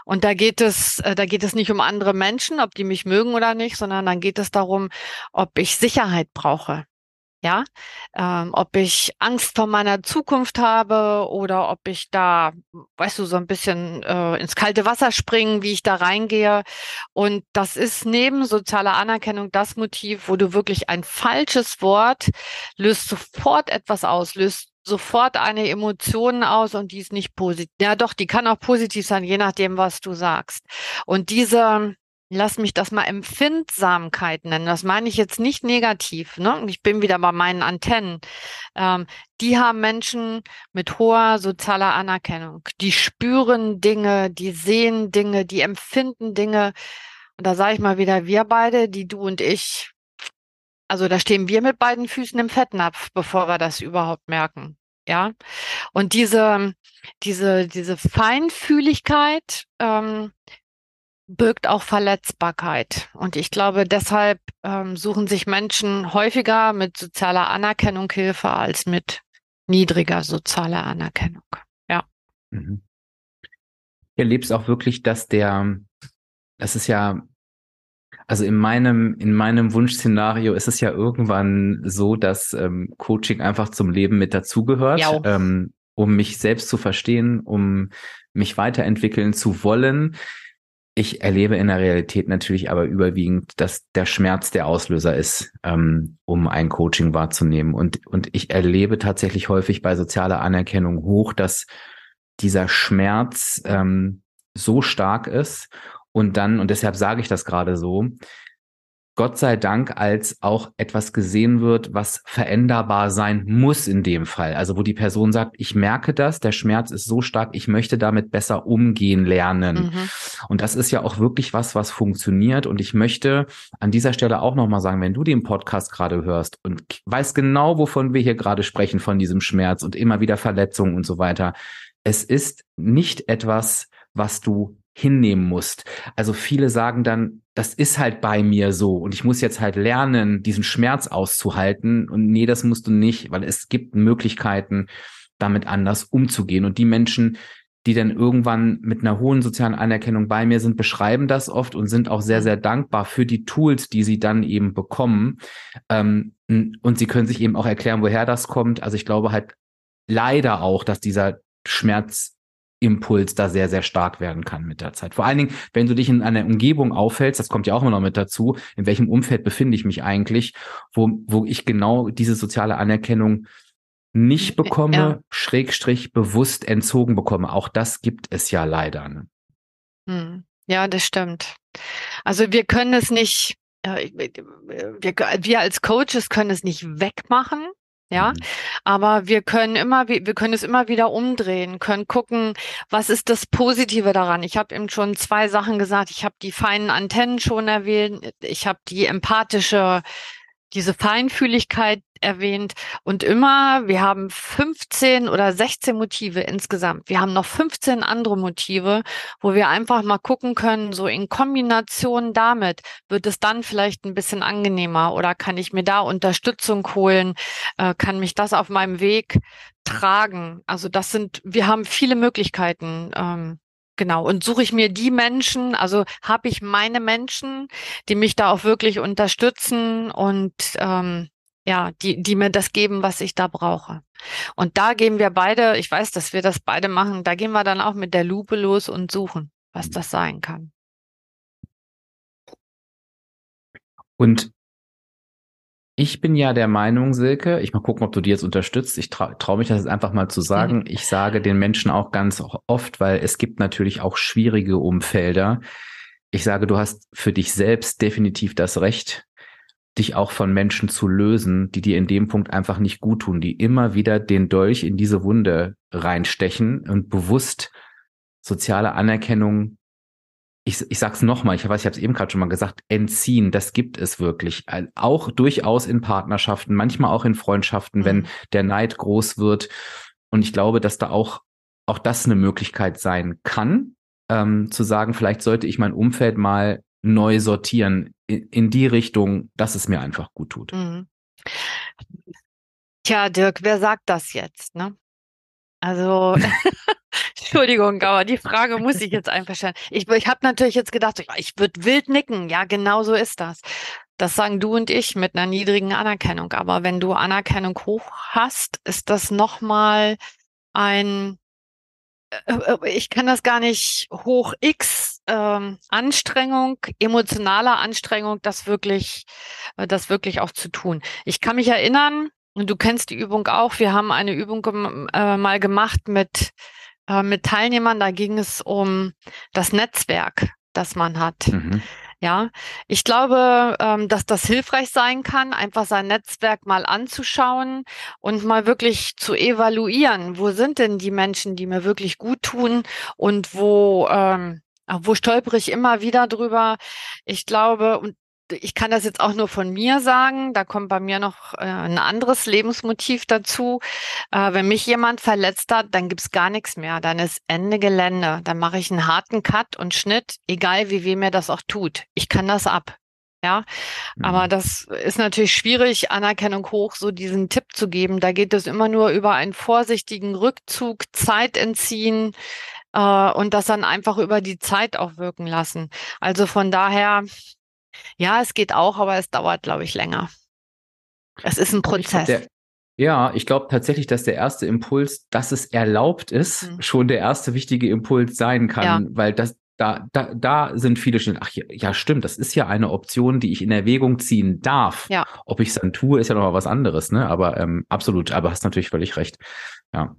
[SPEAKER 2] Und da geht es nicht um andere Menschen, ob die mich mögen oder nicht, sondern dann geht es darum, ob ich Sicherheit brauche. Ja, ob ich Angst vor meiner Zukunft habe oder ob ich da, weißt du, so ein bisschen ins kalte Wasser springen, wie ich da reingehe. Und das ist neben sozialer Anerkennung das Motiv, wo du wirklich ein falsches Wort löst sofort etwas aus, löst sofort eine Emotion aus und die ist nicht positiv. Ja, doch, die kann auch positiv sein, je nachdem, was du sagst. Und diese Lass mich das mal Empfindsamkeit nennen. Das meine ich jetzt nicht negativ, ne? Ich bin wieder bei meinen Antennen. Ähm, Die haben Menschen mit hoher sozialer Anerkennung. Die spüren Dinge, die sehen Dinge, die empfinden Dinge. Und da sage ich mal wieder, wir beide, die du und ich, also da stehen wir mit beiden Füßen im Fettnapf, bevor wir das überhaupt merken. Ja. Und diese Feinfühligkeit, birgt auch Verletzbarkeit. Und ich glaube, deshalb suchen sich Menschen häufiger mit sozialer Anerkennung Hilfe als mit niedriger sozialer Anerkennung. Ja.
[SPEAKER 1] Mhm. Du erlebst auch wirklich, das ist ja, also in meinem Wunschszenario ist es ja irgendwann so, dass Coaching einfach zum Leben mit dazugehört,
[SPEAKER 2] Ja.
[SPEAKER 1] um mich selbst zu verstehen, um mich weiterentwickeln zu wollen. Ich erlebe in der Realität natürlich aber überwiegend, dass der Schmerz der Auslöser ist, um ein Coaching wahrzunehmen. Und ich erlebe tatsächlich häufig bei sozialer Anerkennung hoch, dass dieser Schmerz so stark ist und deshalb sage ich das gerade so, Gott sei Dank als auch etwas gesehen wird, was veränderbar sein muss in dem Fall. Also wo die Person sagt, ich merke das, der Schmerz ist so stark, ich möchte damit besser umgehen lernen.
[SPEAKER 2] Mhm.
[SPEAKER 1] Und das ist ja auch wirklich was funktioniert. Und ich möchte an dieser Stelle auch nochmal sagen, wenn du den Podcast gerade hörst und weißt genau, wovon wir hier gerade sprechen, von diesem Schmerz und immer wieder Verletzungen und so weiter, es ist nicht etwas, was du hinnehmen musst. Also viele sagen dann, das ist halt bei mir so und ich muss jetzt halt lernen, diesen Schmerz auszuhalten. Und nee, das musst du nicht, weil es gibt Möglichkeiten, damit anders umzugehen. Und die Menschen, die dann irgendwann mit einer hohen sozialen Anerkennung bei mir sind, beschreiben das oft und sind auch sehr, sehr dankbar für die Tools, die sie dann eben bekommen. Und sie können sich eben auch erklären, woher das kommt. Also ich glaube halt leider auch, dass dieser Schmerzimpuls da sehr, sehr stark werden kann mit der Zeit. Vor allen Dingen, wenn du dich in einer Umgebung aufhältst, das kommt ja auch immer noch mit dazu, in welchem Umfeld befinde ich mich eigentlich, wo ich genau diese soziale Anerkennung nicht
[SPEAKER 2] Ja.
[SPEAKER 1] bekomme, Schrägstrich bewusst entzogen bekomme. Auch das gibt es ja leider. Ne?
[SPEAKER 2] Ja, das stimmt. Also wir können es nicht, wir als Coaches können es nicht wegmachen. Ja,
[SPEAKER 1] Mhm.
[SPEAKER 2] aber wir können es immer wieder umdrehen, können gucken, was ist das Positive daran? Ich habe eben schon zwei Sachen gesagt. Ich habe die feinen Antennen schon erwähnt. Ich habe diese Feinfühligkeit erwähnt und wir haben 15 oder 16 Motive insgesamt. Wir haben noch 15 andere Motive, wo wir einfach mal gucken können, so in Kombination damit wird es dann vielleicht ein bisschen angenehmer oder kann ich mir da Unterstützung holen, kann mich das auf meinem Weg tragen. Also wir haben viele Möglichkeiten. Genau. Und suche ich mir die Menschen, also habe ich meine Menschen, die mich da auch wirklich unterstützen und ja, die mir das geben, was ich da brauche. Und da gehen wir beide, ich weiß, dass wir das beide machen, da gehen wir dann auch mit der Lupe los und suchen, was das sein kann.
[SPEAKER 1] Und ich bin ja der Meinung, Silke, ich mal gucken, ob du die jetzt unterstützt. Ich trau mich das jetzt einfach mal zu sagen. Ich sage den Menschen auch ganz oft, weil es gibt natürlich auch schwierige Umfelder. Ich sage, du hast für dich selbst definitiv das Recht, dich auch von Menschen zu lösen, die dir in dem Punkt einfach nicht gut tun, die immer wieder den Dolch in diese Wunde reinstechen und bewusst soziale Anerkennung, ich sag's nochmal, ich habe es eben gerade schon mal gesagt, entziehen, das gibt es wirklich. Auch durchaus in Partnerschaften, manchmal auch in Freundschaften, wenn der Neid groß wird. Und ich glaube, dass da auch das eine Möglichkeit sein kann, zu sagen, vielleicht sollte ich mein Umfeld mal neu sortieren in die Richtung, dass es mir einfach gut tut.
[SPEAKER 2] Mhm. Tja, Dirk, wer sagt das jetzt, ne? Also, Entschuldigung, aber die Frage muss ich jetzt einfach stellen. Ich habe natürlich jetzt gedacht, ich würde wild nicken. Ja, genau so ist das. Das sagen du und ich mit einer niedrigen Anerkennung. Aber wenn du Anerkennung hoch hast, ist das nochmal ein, ich kann das gar nicht hoch X, Anstrengung, emotionaler Anstrengung, das wirklich auch zu tun. Ich kann mich erinnern, und du kennst die Übung auch, wir haben eine Übung mal gemacht mit Teilnehmern, da ging es um das Netzwerk, das man hat.
[SPEAKER 1] Mhm.
[SPEAKER 2] Ja, ich glaube, dass das hilfreich sein kann, einfach sein Netzwerk mal anzuschauen und mal wirklich zu evaluieren. Wo sind denn die Menschen, die mir wirklich gut tun und wo stolpere ich immer wieder drüber? Ich glaube, und ich kann das jetzt auch nur von mir sagen, da kommt bei mir noch ein anderes Lebensmotiv dazu. Wenn mich jemand verletzt hat, dann gibt's gar nichts mehr. Dann ist Ende Gelände. Dann mache ich einen harten Cut und Schnitt, egal wie weh mir das auch tut. Ich kann das ab. Ja, aber
[SPEAKER 1] Mhm.
[SPEAKER 2] das ist natürlich schwierig, Anerkennung hoch, so diesen Tipp zu geben. Da geht es immer nur über einen vorsichtigen Rückzug, Zeit entziehen, und das dann einfach über die Zeit auch wirken lassen. Also von daher, ja, es geht auch, aber es dauert, glaube ich, länger. Es ist ein
[SPEAKER 1] Ich glaube,
[SPEAKER 2] Prozess.
[SPEAKER 1] ich glaube tatsächlich, dass der erste Impuls, dass es erlaubt ist,
[SPEAKER 2] Hm.
[SPEAKER 1] schon der erste wichtige Impuls sein
[SPEAKER 2] Ja,
[SPEAKER 1] kann, weil da sind viele schon, ach ja, ja, stimmt, das ist ja eine Option, die ich in Erwägung ziehen darf.
[SPEAKER 2] ja.
[SPEAKER 1] Ob ich es dann tue, ist ja noch mal was anderes, ne? Aber absolut, aber hast natürlich völlig recht. Ja.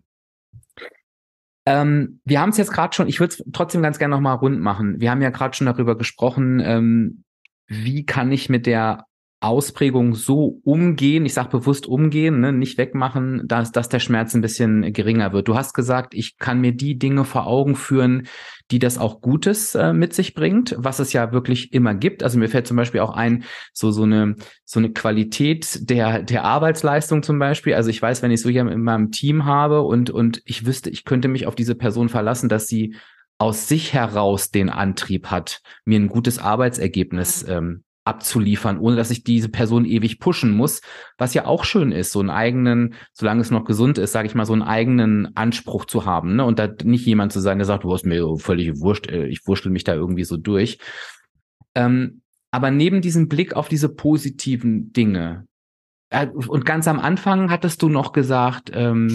[SPEAKER 1] Wir haben es jetzt gerade schon, ich würde es trotzdem ganz gerne nochmal rund machen. Wir haben ja gerade schon darüber gesprochen, wie kann ich mit der Ausprägung so umgehen, ich sage bewusst umgehen, ne, nicht wegmachen, dass der Schmerz ein bisschen geringer wird. Du hast gesagt, ich kann mir die Dinge vor Augen führen, die das auch Gutes mit sich bringt, was es ja wirklich immer gibt. Also mir fällt zum Beispiel auch ein, so eine Qualität der Arbeitsleistung zum Beispiel. Also ich weiß, wenn ich so jemanden in meinem Team habe und ich wüsste, ich könnte mich auf diese Person verlassen, dass sie aus sich heraus den Antrieb hat, mir ein gutes Arbeitsergebnis abzuliefern, ohne dass ich diese Person ewig pushen muss, was ja auch schön ist, so einen eigenen, solange es noch gesund ist, sage ich mal, so einen eigenen Anspruch zu haben, ne? Und da nicht jemand zu sein, der sagt, du hast mir völlig wurscht, ich wurschtel mich da irgendwie so durch. Aber neben diesem Blick auf diese positiven Dinge, und ganz am Anfang hattest du noch gesagt,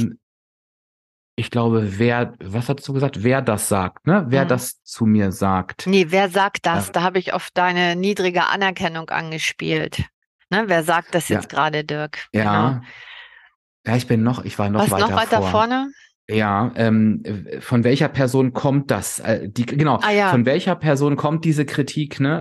[SPEAKER 1] ich glaube, was hattest du gesagt? Wer das sagt, ne? Wer
[SPEAKER 2] Hm.
[SPEAKER 1] das zu mir sagt.
[SPEAKER 2] Nee, wer sagt
[SPEAKER 1] Äh,
[SPEAKER 2] das? Da habe ich auf deine niedrige Anerkennung angespielt. Ne, wer sagt das jetzt
[SPEAKER 1] ja,
[SPEAKER 2] gerade, Dirk? Genau.
[SPEAKER 1] ja, ja, ich war noch
[SPEAKER 2] Was noch
[SPEAKER 1] weiter
[SPEAKER 2] weiter
[SPEAKER 1] vor.
[SPEAKER 2] vorne?
[SPEAKER 1] Ja, von welcher Person kommt das? Genau,
[SPEAKER 2] Ah ja.
[SPEAKER 1] von welcher Person kommt diese Kritik, ne?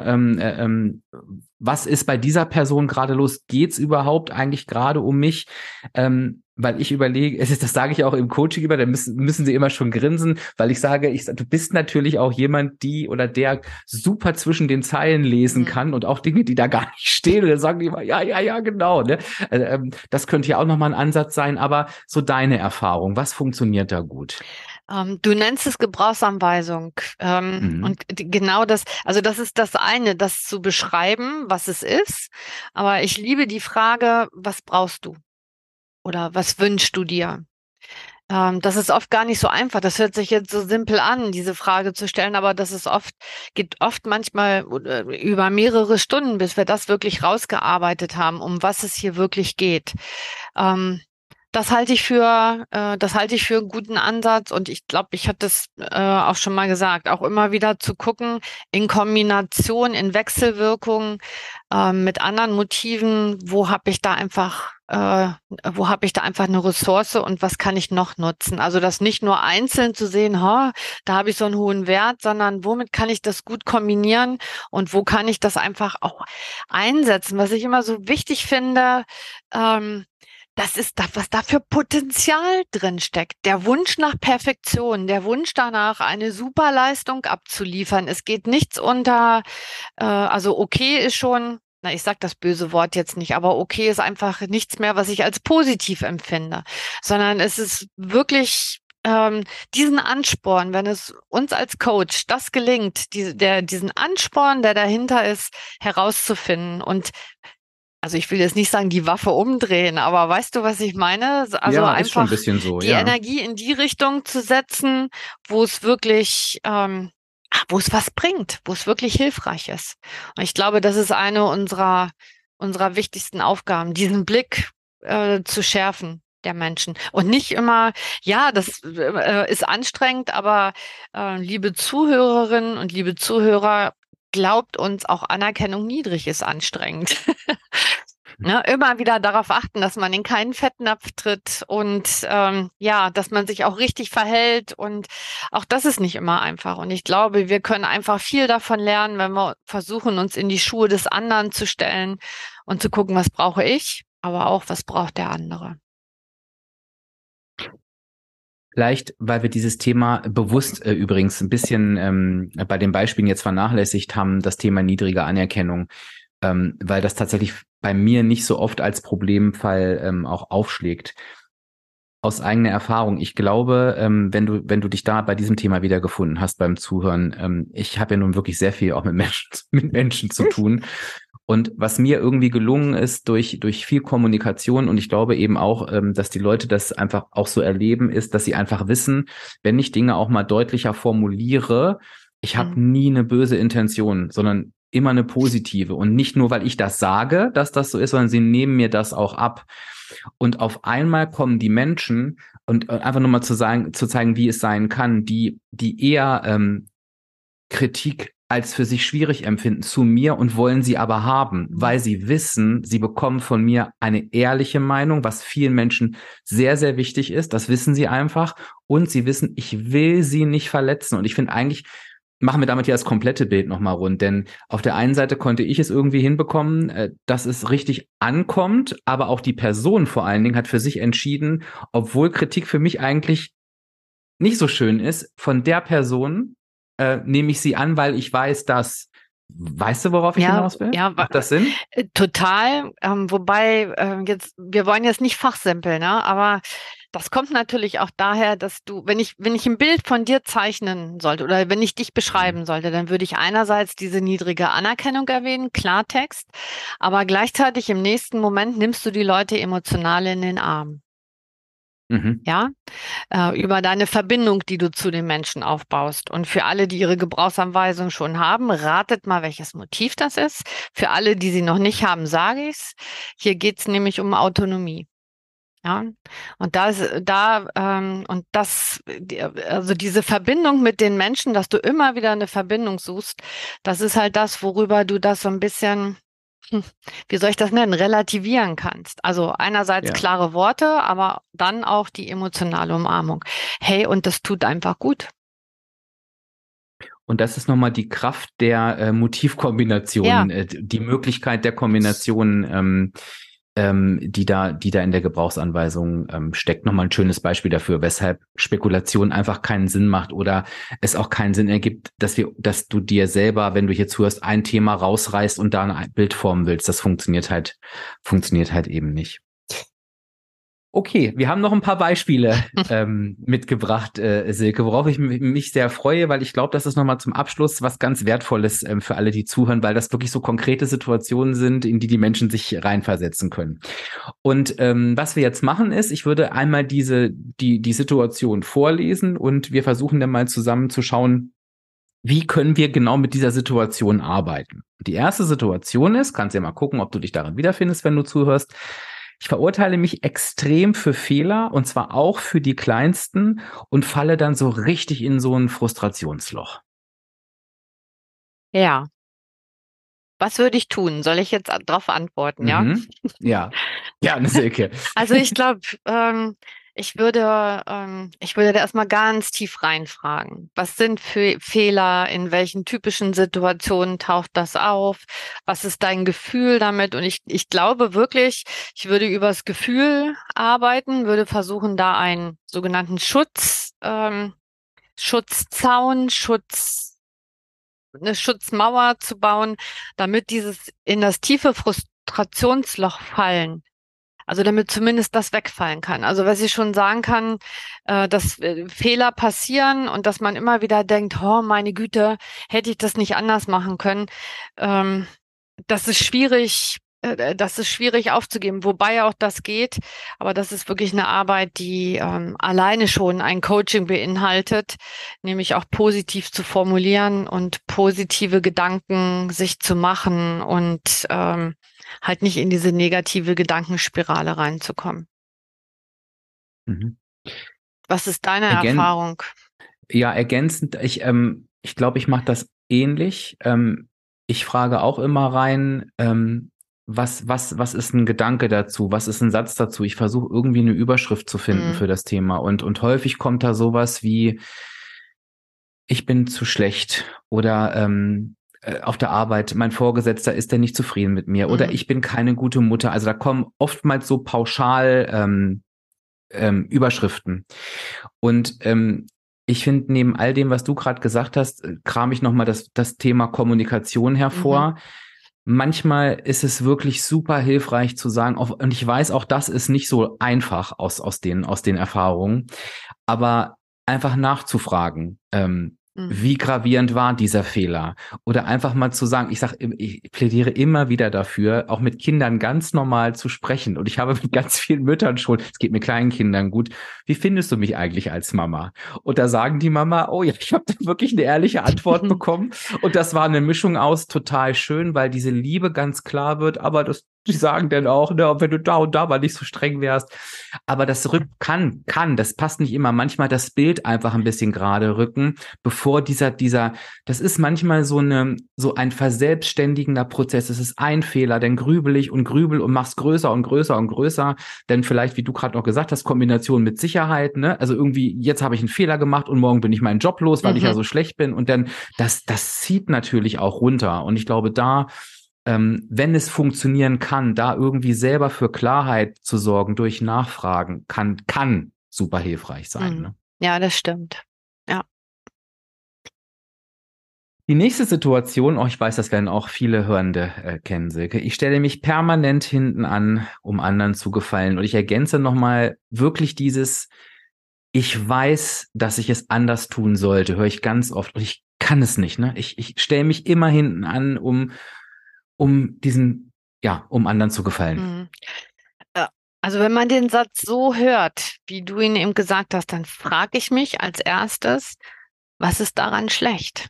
[SPEAKER 1] Was ist bei dieser Person gerade los? Geht's überhaupt eigentlich gerade um mich? Weil ich überlege, das sage ich auch im Coaching immer, da müssen sie immer schon grinsen, weil ich sage, du bist natürlich auch jemand, die oder der super zwischen den Zeilen lesen
[SPEAKER 2] Hm.
[SPEAKER 1] kann und auch Dinge, die da gar nicht stehen. Und dann sagen die immer, ja, ja, ja, genau. Ne? Das könnte ja auch nochmal ein Ansatz sein, aber so deine Erfahrung, was funktioniert da gut?
[SPEAKER 2] Du nennst es Gebrauchsanweisung.
[SPEAKER 1] Mhm.
[SPEAKER 2] Genau das, also das ist das eine, das zu beschreiben, was es ist. Aber ich liebe die Frage, was brauchst du? Oder was wünschst du dir? Das ist oft gar nicht so einfach. Das hört sich jetzt so simpel an, diese Frage zu stellen, aber geht oft manchmal über mehrere Stunden, bis wir das wirklich rausgearbeitet haben, um was es hier wirklich geht. Ähm, das halte ich für einen guten Ansatz und ich glaube, ich hatte es auch schon mal gesagt, auch immer wieder zu gucken, in Kombination, in Wechselwirkung mit anderen Motiven, wo habe ich da einfach eine Ressource und was kann ich noch nutzen? Also das nicht nur einzeln zu sehen, da habe ich so einen hohen Wert, sondern womit kann ich das gut kombinieren und wo kann ich das einfach auch einsetzen? Was ich immer so wichtig finde, ähm, das ist das, was da für Potenzial drin steckt. Der Wunsch nach Perfektion, der Wunsch danach, eine super Leistung abzuliefern. Es geht nichts unter, also okay ist schon, na, ich sag das böse Wort jetzt nicht, aber okay ist einfach nichts mehr, was ich als positiv empfinde, sondern es ist wirklich diesen Ansporn, wenn es uns als Coach das gelingt, diesen Ansporn, der dahinter ist, herauszufinden und also ich will jetzt nicht sagen, die Waffe umdrehen, aber weißt du, was ich meine? Also
[SPEAKER 1] Ja, ist schon ein
[SPEAKER 2] einfach
[SPEAKER 1] bisschen so,
[SPEAKER 2] die
[SPEAKER 1] ja.
[SPEAKER 2] Energie in die Richtung zu setzen, wo es wirklich, wo es was bringt, wo es wirklich hilfreich ist. Und ich glaube, das ist eine unserer wichtigsten Aufgaben, diesen Blick zu schärfen der Menschen. Und nicht immer, ja, das ist anstrengend, aber liebe Zuhörerinnen und liebe Zuhörer, glaubt uns, auch Anerkennung niedrig ist anstrengend. Ne, immer wieder darauf achten, dass man in keinen Fettnapf tritt und ja, dass man sich auch richtig verhält. Und auch das ist nicht immer einfach. Und ich glaube, wir können einfach viel davon lernen, wenn wir versuchen, uns in die Schuhe des anderen zu stellen und zu gucken, was brauche ich, aber auch, was braucht der andere.
[SPEAKER 1] Vielleicht, weil wir dieses Thema bewusst übrigens ein bisschen bei den Beispielen jetzt vernachlässigt haben, das Thema niedrige Anerkennung, weil das tatsächlich bei mir nicht so oft als Problemfall auch aufschlägt. Aus eigener Erfahrung, ich glaube, wenn du dich da bei diesem Thema wiedergefunden hast beim Zuhören, ich habe ja nun wirklich sehr viel auch mit Menschen zu tun. Und was mir irgendwie gelungen ist durch viel Kommunikation und ich glaube eben auch, dass die Leute das einfach auch so erleben, ist, dass sie einfach wissen, wenn ich Dinge auch mal deutlicher formuliere, ich habe
[SPEAKER 2] Mhm.
[SPEAKER 1] nie eine böse Intention, sondern immer eine positive. Und nicht nur, weil ich das sage, dass das so ist, sondern sie nehmen mir das auch ab. Und auf einmal kommen die Menschen und einfach nur mal zu zeigen, wie es sein kann, die eher Kritik als für sich schwierig empfinden zu mir und wollen sie aber haben, weil sie wissen, sie bekommen von mir eine ehrliche Meinung, was vielen Menschen sehr, sehr wichtig ist. Das wissen sie einfach. Und sie wissen, ich will sie nicht verletzen. Und ich finde eigentlich, machen wir damit ja das komplette Bild nochmal rund. Denn auf der einen Seite konnte ich es irgendwie hinbekommen, dass es richtig ankommt, aber auch die Person vor allen Dingen hat für sich entschieden, obwohl Kritik für mich eigentlich nicht so schön ist, von der Person nehme ich sie an, weil ich weiß, dass, weißt du, worauf ich
[SPEAKER 2] Ja,
[SPEAKER 1] hinaus will?
[SPEAKER 2] ja,
[SPEAKER 1] Macht das Sinn?
[SPEAKER 2] total. Wobei jetzt, wir wollen jetzt nicht fachsimpeln, ne? Aber das kommt natürlich auch daher, dass du, wenn ich ein Bild von dir zeichnen sollte oder wenn ich dich
[SPEAKER 1] Mhm.
[SPEAKER 2] beschreiben sollte, dann würde ich einerseits diese niedrige Anerkennung erwähnen, Klartext, aber gleichzeitig im nächsten Moment nimmst du die Leute emotional in den Arm.
[SPEAKER 1] Mhm.
[SPEAKER 2] Ja, über deine Verbindung, die du zu den Menschen aufbaust. Und für alle, die ihre Gebrauchsanweisung schon haben, ratet mal, welches Motiv das ist. Für alle, die sie noch nicht haben, sage ich's. Hier geht's nämlich um Autonomie. Ja, und also diese Verbindung mit den Menschen, dass du immer wieder eine Verbindung suchst, das ist halt das, worüber du das so ein bisschen, wie soll ich das nennen, relativieren kannst. Also einerseits
[SPEAKER 1] Ja.
[SPEAKER 2] klare Worte, aber dann auch die emotionale Umarmung. Hey, und das tut einfach gut.
[SPEAKER 1] Und das ist nochmal die Kraft der
[SPEAKER 2] Ja,
[SPEAKER 1] Motivkombination, die Möglichkeit der Kombination, die da in der Gebrauchsanweisung steckt. Nochmal ein schönes Beispiel dafür, weshalb Spekulation einfach keinen Sinn macht oder es auch keinen Sinn ergibt, dass du dir selber, wenn du hier zuhörst, ein Thema rausreißt und da ein Bild formen willst. Das funktioniert halt eben nicht. Okay, wir haben noch ein paar Beispiele mitgebracht, Silke, worauf ich mich sehr freue, weil ich glaube, das ist nochmal zum Abschluss was ganz Wertvolles für alle, die zuhören, weil das wirklich so konkrete Situationen sind, in die die Menschen sich reinversetzen können. Und was wir jetzt machen ist, ich würde einmal die Situation vorlesen und wir versuchen dann mal zusammen zu schauen, wie können wir genau mit dieser Situation arbeiten? Die erste Situation ist, kannst ja mal gucken, ob du dich darin wiederfindest, wenn du zuhörst. Ich verurteile mich extrem für Fehler und zwar auch für die kleinsten und falle dann so richtig in so ein Frustrationsloch.
[SPEAKER 2] ja. Was würde ich tun? Soll ich jetzt darauf antworten, ja?
[SPEAKER 1] Mhm. Ja, gerne, Silke.
[SPEAKER 2] Also ich glaube, ich würde da erstmal ganz tief reinfragen. Was sind für Fehler? In welchen typischen Situationen taucht das auf? Was ist dein Gefühl damit? Und ich glaube wirklich, ich würde übers Gefühl arbeiten, würde versuchen, da einen sogenannten Schutzzaun, eine Schutzmauer zu bauen, damit dieses in das tiefe Frustrationsloch fallen, also damit zumindest das wegfallen kann. Also was ich schon sagen kann, dass Fehler passieren und dass man immer wieder denkt, oh meine Güte, hätte ich das nicht anders machen können. Ähm, Das ist schwierig das ist schwierig aufzugeben, wobei auch das geht, aber das ist wirklich eine Arbeit, die alleine schon ein Coaching beinhaltet, nämlich auch positiv zu formulieren und positive Gedanken sich zu machen und halt nicht in diese negative Gedankenspirale reinzukommen.
[SPEAKER 1] Mhm.
[SPEAKER 2] Was ist deine
[SPEAKER 1] Ergän
[SPEAKER 2] Erfahrung?
[SPEAKER 1] Ja, ergänzend, ich glaube, ich mache das ähnlich. Ich frage auch immer rein, was ist ein Gedanke dazu? Was ist ein Satz dazu? Ich versuche irgendwie eine Überschrift zu finden
[SPEAKER 2] Mhm.
[SPEAKER 1] für das Thema. Und häufig kommt da sowas wie, ich bin zu schlecht oder auf der Arbeit, mein Vorgesetzter ist ja nicht zufrieden mit mir oder
[SPEAKER 2] Mhm.
[SPEAKER 1] ich bin keine gute Mutter. Also da kommen oftmals so pauschal Überschriften. Und ich finde, neben all dem, was du gerade gesagt hast, kram ich nochmal das Thema Kommunikation
[SPEAKER 2] Mhm.
[SPEAKER 1] hervor. Manchmal ist es wirklich super hilfreich zu sagen, und ich weiß, auch das ist nicht so einfach aus den Erfahrungen, aber einfach nachzufragen,
[SPEAKER 2] Mhm.
[SPEAKER 1] wie gravierend war dieser Fehler? Oder einfach mal zu sagen, ich plädiere immer wieder dafür, auch mit Kindern ganz normal zu sprechen. Und ich habe mit ganz vielen Müttern schon, es geht mir kleinen Kindern gut, wie findest du mich eigentlich als Mama? Und da sagen die Mama, oh ja, ich habe da wirklich eine ehrliche Antwort bekommen. Und das war eine Mischung aus total schön, weil diese Liebe ganz klar wird, aber die sagen dann auch, ne, wenn du da und da mal nicht so streng wärst. Aber das das passt nicht immer. Manchmal das Bild einfach ein bisschen gerade rücken, bevor das ist manchmal so ein verselbstständigender Prozess. Es ist ein Fehler, dann grübel ich und grübel und mach's größer und größer und größer. Denn vielleicht, wie du gerade noch gesagt hast, Kombination mit Sicherheit, ne? Also irgendwie, jetzt habe ich einen Fehler gemacht und morgen bin ich meinen Job los, weil ich ja
[SPEAKER 2] Mhm.
[SPEAKER 1] so schlecht bin. Und dann, das zieht natürlich auch runter. Und ich glaube, wenn es funktionieren kann, da irgendwie selber für Klarheit zu sorgen durch Nachfragen, kann super hilfreich sein.
[SPEAKER 2] Mhm.
[SPEAKER 1] Ne?
[SPEAKER 2] Ja, das stimmt. Ja.
[SPEAKER 1] Die nächste Situation, ich weiß, das werden auch viele Hörende kennen, Silke. Ich stelle mich permanent hinten an, um anderen zu gefallen. Und ich ergänze nochmal wirklich ich weiß, dass ich es anders tun sollte, höre ich ganz oft. Und ich kann es nicht. Ne? Ich stelle mich immer hinten an, um anderen zu gefallen.
[SPEAKER 2] Mhm. Äh, Also wenn man den Satz so hört, wie du ihn eben gesagt hast, dann frage ich mich als erstes, was ist daran schlecht?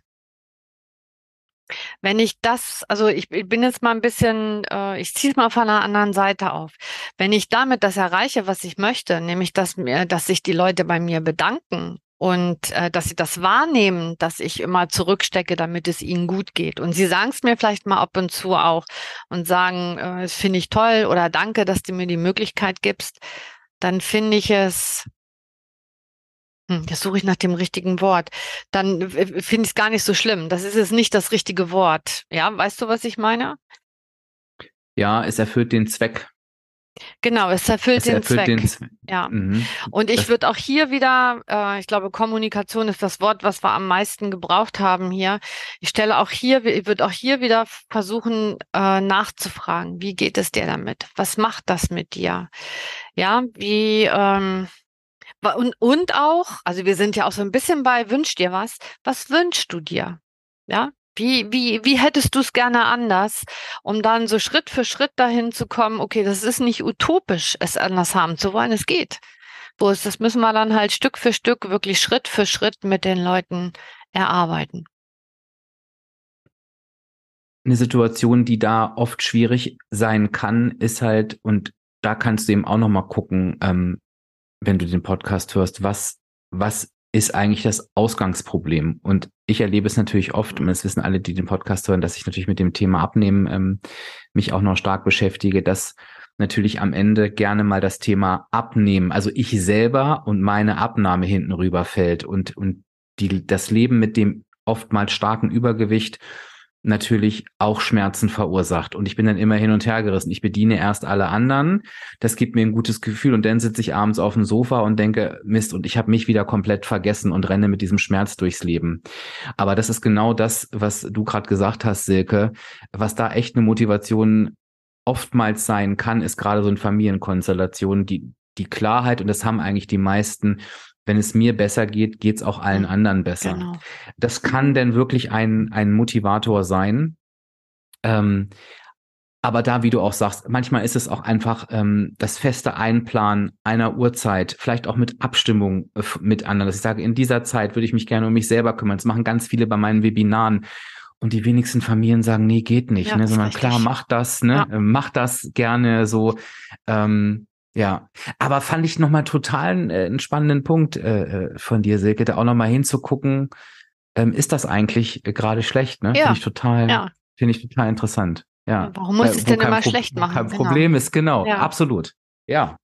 [SPEAKER 2] Wenn ich das, also ich bin jetzt mal ein bisschen, ich ziehe es mal von einer anderen Seite auf. Wenn ich damit das erreiche, was ich möchte, nämlich dass sich die Leute bei mir bedanken und dass sie das wahrnehmen, dass ich immer zurückstecke, damit es ihnen gut geht. Und sie sagen es mir vielleicht mal ab und zu auch und sagen, das finde ich toll oder danke, dass du mir die Möglichkeit gibst, dann finde ich es. Jetzt suche ich nach dem richtigen Wort. Dann finde ich es gar nicht so schlimm. Das ist jetzt nicht das richtige Wort. Ja, weißt du, was ich meine?
[SPEAKER 1] Ja, es erfüllt den Zweck.
[SPEAKER 2] Genau, es erfüllt
[SPEAKER 1] Es
[SPEAKER 2] den
[SPEAKER 1] erfüllt den
[SPEAKER 2] Zweck.
[SPEAKER 1] Zweck.
[SPEAKER 2] Ja.
[SPEAKER 1] Mhm.
[SPEAKER 2] Und ich
[SPEAKER 1] Das,
[SPEAKER 2] würde auch hier wieder, ich glaube, Kommunikation ist das Wort, was wir am meisten gebraucht haben hier. Ich würde auch hier wieder versuchen, nachzufragen. Wie geht es dir damit? Was macht das mit dir? Ja, und auch, also wir sind ja auch so ein bisschen bei Wünsch dir was. Was wünschst du dir? Ja, wie hättest du es gerne anders, um dann so Schritt für Schritt dahin zu kommen, okay, das ist nicht utopisch, es anders haben zu wollen, es geht. Das müssen wir dann halt Stück für Stück, wirklich Schritt für Schritt mit den Leuten erarbeiten.
[SPEAKER 1] eine Situation, die da oft schwierig sein kann, ist halt, und da kannst du eben auch nochmal gucken, wenn du den Podcast hörst, was ist eigentlich das Ausgangsproblem? Und ich erlebe es natürlich oft, und das wissen alle, die den Podcast hören, dass ich natürlich mit dem Thema Abnehmen mich auch noch stark beschäftige, dass natürlich am Ende gerne mal das Thema Abnehmen, also ich selber und meine Abnahme hinten rüberfällt und das Leben mit dem oftmals starken Übergewicht natürlich auch Schmerzen verursacht. Und ich bin dann immer hin und her gerissen. Ich bediene erst alle anderen. Das gibt mir ein gutes Gefühl. Und dann sitze ich abends auf dem Sofa und denke, Mist, und ich habe mich wieder komplett vergessen und renne mit diesem Schmerz durchs Leben. Aber das ist genau das, was du gerade gesagt hast, Silke, was da echt eine Motivation oftmals sein kann, ist gerade so in Familienkonstellationen, die Klarheit, und das haben eigentlich die meisten, wenn es mir besser geht, geht es auch allen
[SPEAKER 2] Hm,
[SPEAKER 1] anderen besser.
[SPEAKER 2] genau.
[SPEAKER 1] Das kann denn wirklich ein Motivator sein. Ähm, Aber da, wie du auch sagst, manchmal ist es auch einfach das feste Einplanen einer Uhrzeit, vielleicht auch mit Abstimmung mit anderen, dass ich sage, in dieser Zeit würde ich mich gerne um mich selber kümmern. Das machen ganz viele bei meinen Webinaren. Und die wenigsten Familien sagen, nee, geht nicht,
[SPEAKER 2] Ja,
[SPEAKER 1] ne?
[SPEAKER 2] ist
[SPEAKER 1] Sondern klar,
[SPEAKER 2] richtig.
[SPEAKER 1] mach das, ne?
[SPEAKER 2] Ja.
[SPEAKER 1] Mach das gerne so. Ja, aber fand ich nochmal total einen spannenden Punkt von dir, Silke, da auch nochmal hinzugucken, ist das eigentlich gerade schlecht, ne?
[SPEAKER 2] Ja, ja.
[SPEAKER 1] Finde ich total interessant.
[SPEAKER 2] Ja,
[SPEAKER 1] Ja,
[SPEAKER 2] warum muss ich es denn immer schlecht
[SPEAKER 1] wo kein
[SPEAKER 2] machen? Genau.
[SPEAKER 1] Problem ist, genau,
[SPEAKER 2] Ja.
[SPEAKER 1] absolut. Ja,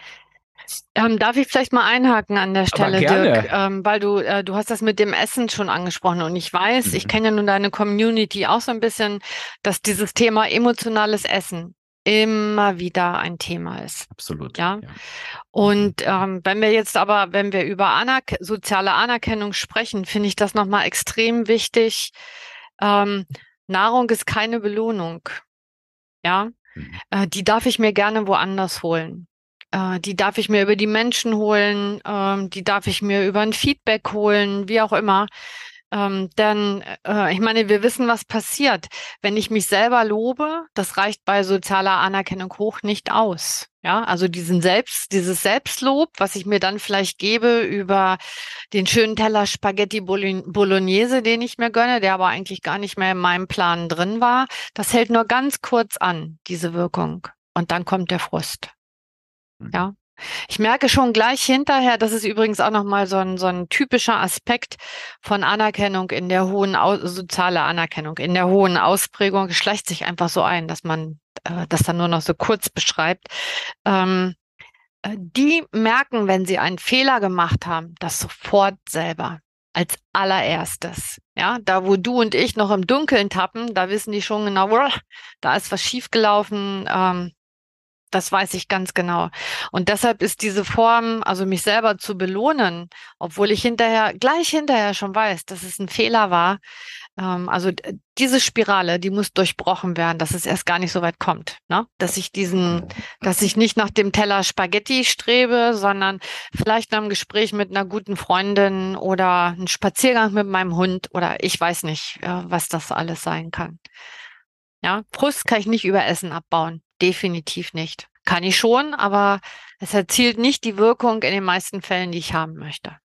[SPEAKER 2] Darf ich vielleicht mal einhaken an der
[SPEAKER 1] aber
[SPEAKER 2] Stelle, Dirk,
[SPEAKER 1] gerne.
[SPEAKER 2] weil du hast das mit dem Essen schon angesprochen und ich weiß, ich
[SPEAKER 1] Mhm.
[SPEAKER 2] kenne ja nun deine Community auch so ein bisschen, dass dieses Thema emotionales Essen immer wieder ein Thema ist.
[SPEAKER 1] Absolut,
[SPEAKER 2] Ja.
[SPEAKER 1] ja. Mhm.
[SPEAKER 2] Und wenn wir über soziale Anerkennung sprechen, finde ich das nochmal extrem wichtig. Ähm, Nahrung ist keine Belohnung. Ja.
[SPEAKER 1] Mhm.
[SPEAKER 2] Die darf ich mir gerne woanders holen. Die darf ich mir über die Menschen holen, die darf ich mir über ein Feedback holen, wie auch immer. Denn ich meine, wir wissen, was passiert. Wenn ich mich selber lobe, das reicht bei sozialer Anerkennung hoch nicht aus. Ja, also dieses Selbstlob, was ich mir dann vielleicht gebe über den schönen Teller Spaghetti Bolognese, den ich mir gönne, der aber eigentlich gar nicht mehr in meinem Plan drin war, das hält nur ganz kurz an, diese Wirkung. Und dann kommt der Frust.
[SPEAKER 1] Mhm.
[SPEAKER 2] Ja. Ich merke schon gleich hinterher, das ist übrigens auch nochmal so ein typischer Aspekt von Anerkennung in der soziale Anerkennung, in der hohen Ausprägung, es schleicht sich einfach so ein, dass man das dann nur noch so kurz beschreibt. Ähm, Die merken, wenn sie einen Fehler gemacht haben, das sofort selber. Als allererstes. Ja, da wo du und ich noch im Dunkeln tappen, da wissen die schon genau, da ist was schiefgelaufen. Das weiß ich ganz genau. Und deshalb ist diese Form, also mich selber zu belohnen, obwohl ich gleich hinterher schon weiß, dass es ein Fehler war. Diese Spirale, die muss durchbrochen werden, dass es erst gar nicht so weit kommt, ne? Dass ich nicht nach dem Teller Spaghetti strebe, sondern vielleicht nach einem Gespräch mit einer guten Freundin oder einen Spaziergang mit meinem Hund oder ich weiß nicht, was das alles sein kann. Ja, Frust kann ich nicht über Essen abbauen. Definitiv nicht. Kann ich schon, aber es erzielt nicht die Wirkung in den meisten Fällen, die ich haben möchte.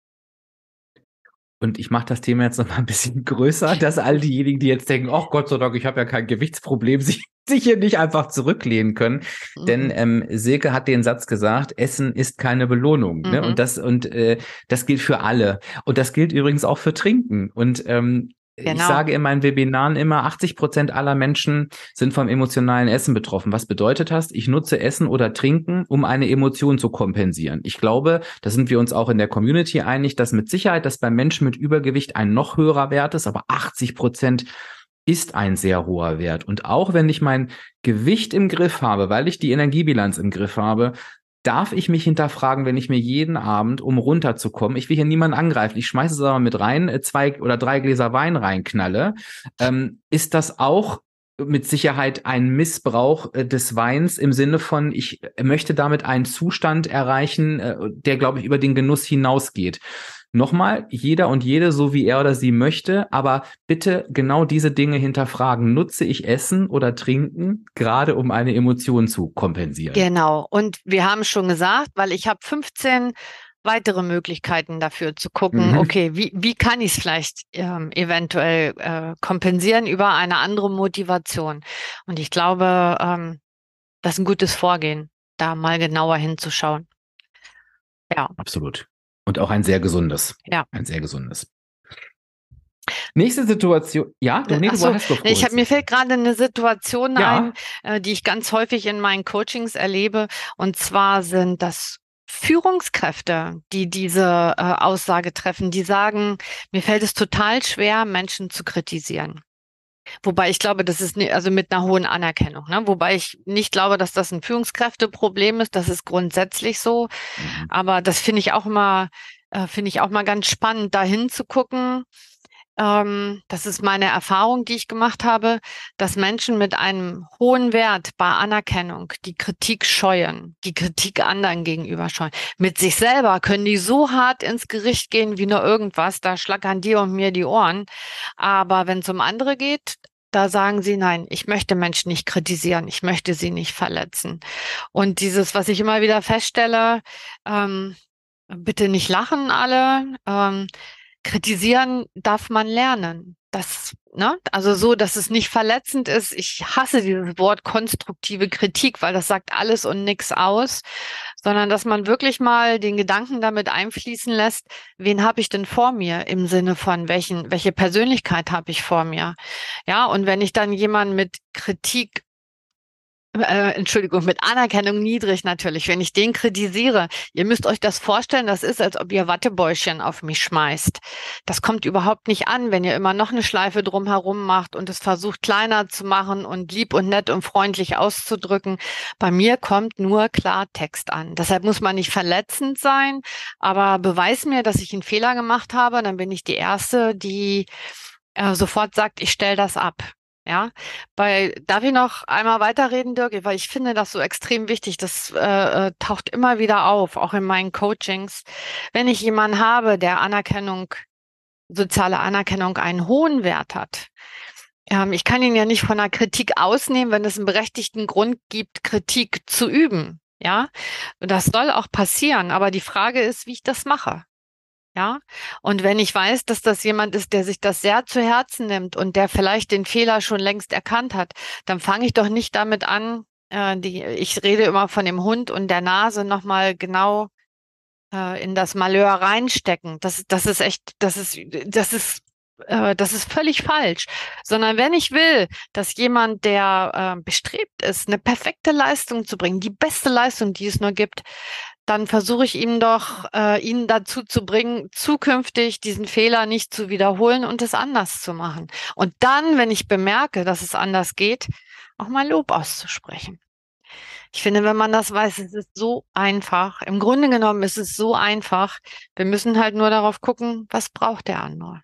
[SPEAKER 1] Und ich mache das Thema jetzt noch mal ein bisschen größer, dass all diejenigen, die jetzt denken, ach Gott sei Dank, ich habe ja kein Gewichtsproblem, sich hier nicht einfach zurücklehnen können. Denn
[SPEAKER 2] Mhm.
[SPEAKER 1] Silke hat den Satz gesagt, Essen ist keine Belohnung. Ne?
[SPEAKER 2] Mhm.
[SPEAKER 1] Das gilt für alle. Und das gilt übrigens auch für Trinken. Und ich
[SPEAKER 2] Genau.
[SPEAKER 1] sage in meinen Webinaren immer, 80% aller Menschen sind vom emotionalen Essen betroffen. Was bedeutet das? Ich nutze Essen oder Trinken, um eine Emotion zu kompensieren. Ich glaube, da sind wir uns auch in der Community einig, dass mit Sicherheit das beim Menschen mit Übergewicht ein noch höherer Wert ist, aber 80% ist ein sehr hoher Wert. Und auch wenn ich mein Gewicht im Griff habe, weil ich die Energiebilanz im Griff habe, darf ich mich hinterfragen, wenn ich mir jeden Abend, um runterzukommen, ich will hier niemanden angreifen, ich schmeiße es aber mit rein, 2 oder 3 Gläser Wein reinknalle, ist das auch mit Sicherheit ein Missbrauch des Weins im Sinne von, ich möchte damit einen Zustand erreichen, der, glaube ich, über den Genuss hinausgeht. Nochmal, jeder und jede, so wie er oder sie möchte, aber bitte genau diese Dinge hinterfragen. Nutze ich Essen oder Trinken, gerade um eine Emotion zu kompensieren?
[SPEAKER 2] Genau. Und wir haben schon gesagt, weil ich habe 15 weitere Möglichkeiten dafür zu gucken,
[SPEAKER 1] Mhm.
[SPEAKER 2] okay, wie kann ich es vielleicht eventuell kompensieren über eine andere Motivation? Und ich glaube, das ist ein gutes Vorgehen, da mal genauer hinzuschauen. Ja,
[SPEAKER 1] Absolut. Und auch ein sehr gesundes.
[SPEAKER 2] ja.
[SPEAKER 1] Ein sehr gesundes. Nächste Situation. Ja,
[SPEAKER 2] Ach
[SPEAKER 1] du
[SPEAKER 2] so,
[SPEAKER 1] hast doch
[SPEAKER 2] nee,
[SPEAKER 1] vorhin.
[SPEAKER 2] mir fällt gerade eine Situation ein,
[SPEAKER 1] Ja,
[SPEAKER 2] die ich ganz häufig in meinen Coachings erlebe. Und zwar sind das Führungskräfte, die diese Aussage treffen, die sagen, mir fällt es total schwer, Menschen zu kritisieren. Wobei ich glaube, das ist also mit einer hohen Anerkennung, ne? Wobei ich nicht glaube, dass das ein Führungskräfteproblem ist. Das ist grundsätzlich so.
[SPEAKER 1] mhm.
[SPEAKER 2] Aber das finde ich auch mal ganz spannend, da hinzugucken. Das ist meine Erfahrung, die ich gemacht habe, dass Menschen mit einem hohen Wert bei Anerkennung die Kritik scheuen, die Kritik anderen gegenüber scheuen. Mit sich selber können die so hart ins Gericht gehen wie nur irgendwas, da schlackern dir und mir die Ohren. Aber wenn es um andere geht, da sagen sie, nein, ich möchte Menschen nicht kritisieren, ich möchte sie nicht verletzen. Und dieses, was ich immer wieder feststelle, ähm, bitte nicht lachen alle, kritisieren darf man lernen. Das, ne? Also so, dass es nicht verletzend ist. Ich hasse dieses Wort konstruktive Kritik, weil das sagt alles und nichts aus, sondern dass man wirklich mal den Gedanken damit einfließen lässt, wen habe ich denn vor mir im Sinne von welche Persönlichkeit habe ich vor mir? Ja, und wenn ich dann jemanden mit Kritik Entschuldigung, mit Anerkennung niedrig natürlich, wenn ich den kritisiere. Ihr müsst euch das vorstellen, das ist, als ob ihr Wattebäuschen auf mich schmeißt. Das kommt überhaupt nicht an, wenn ihr immer noch eine Schleife drumherum macht und es versucht kleiner zu machen und lieb und nett und freundlich auszudrücken. Bei mir kommt nur Klartext an. Deshalb muss man nicht verletzend sein, aber beweis mir, dass ich einen Fehler gemacht habe, dann bin ich die Erste, die sofort sagt, ich stelle das ab. Ja, darf ich noch einmal weiterreden, Dirk? Weil ich finde das so extrem wichtig. Das taucht immer wieder auf, auch in meinen Coachings. Wenn ich jemanden habe, der soziale Anerkennung einen hohen Wert hat, ich kann ihn ja nicht von der Kritik ausnehmen, wenn es einen berechtigten Grund gibt, Kritik zu üben. Ja, das soll auch passieren. Aber die Frage ist, wie ich das mache. Ja, und wenn ich weiß, dass das jemand ist, der sich das sehr zu Herzen nimmt und der vielleicht den Fehler schon längst erkannt hat, dann fange ich doch nicht damit an, ich rede immer von dem Hund und der Nase nochmal genau in das Malheur reinstecken. Das ist echt, das ist völlig falsch. Sondern wenn ich will, dass jemand, der bestrebt ist, eine perfekte Leistung zu bringen, die beste Leistung, die es nur gibt, dann versuche ich ihn dazu zu bringen, zukünftig diesen Fehler nicht zu wiederholen und es anders zu machen. Und dann, wenn ich bemerke, dass es anders geht, auch mal Lob auszusprechen. Ich finde, wenn man das weiß, es ist so einfach. Im Grunde genommen ist es so einfach. Wir müssen halt nur darauf gucken, was braucht der andere.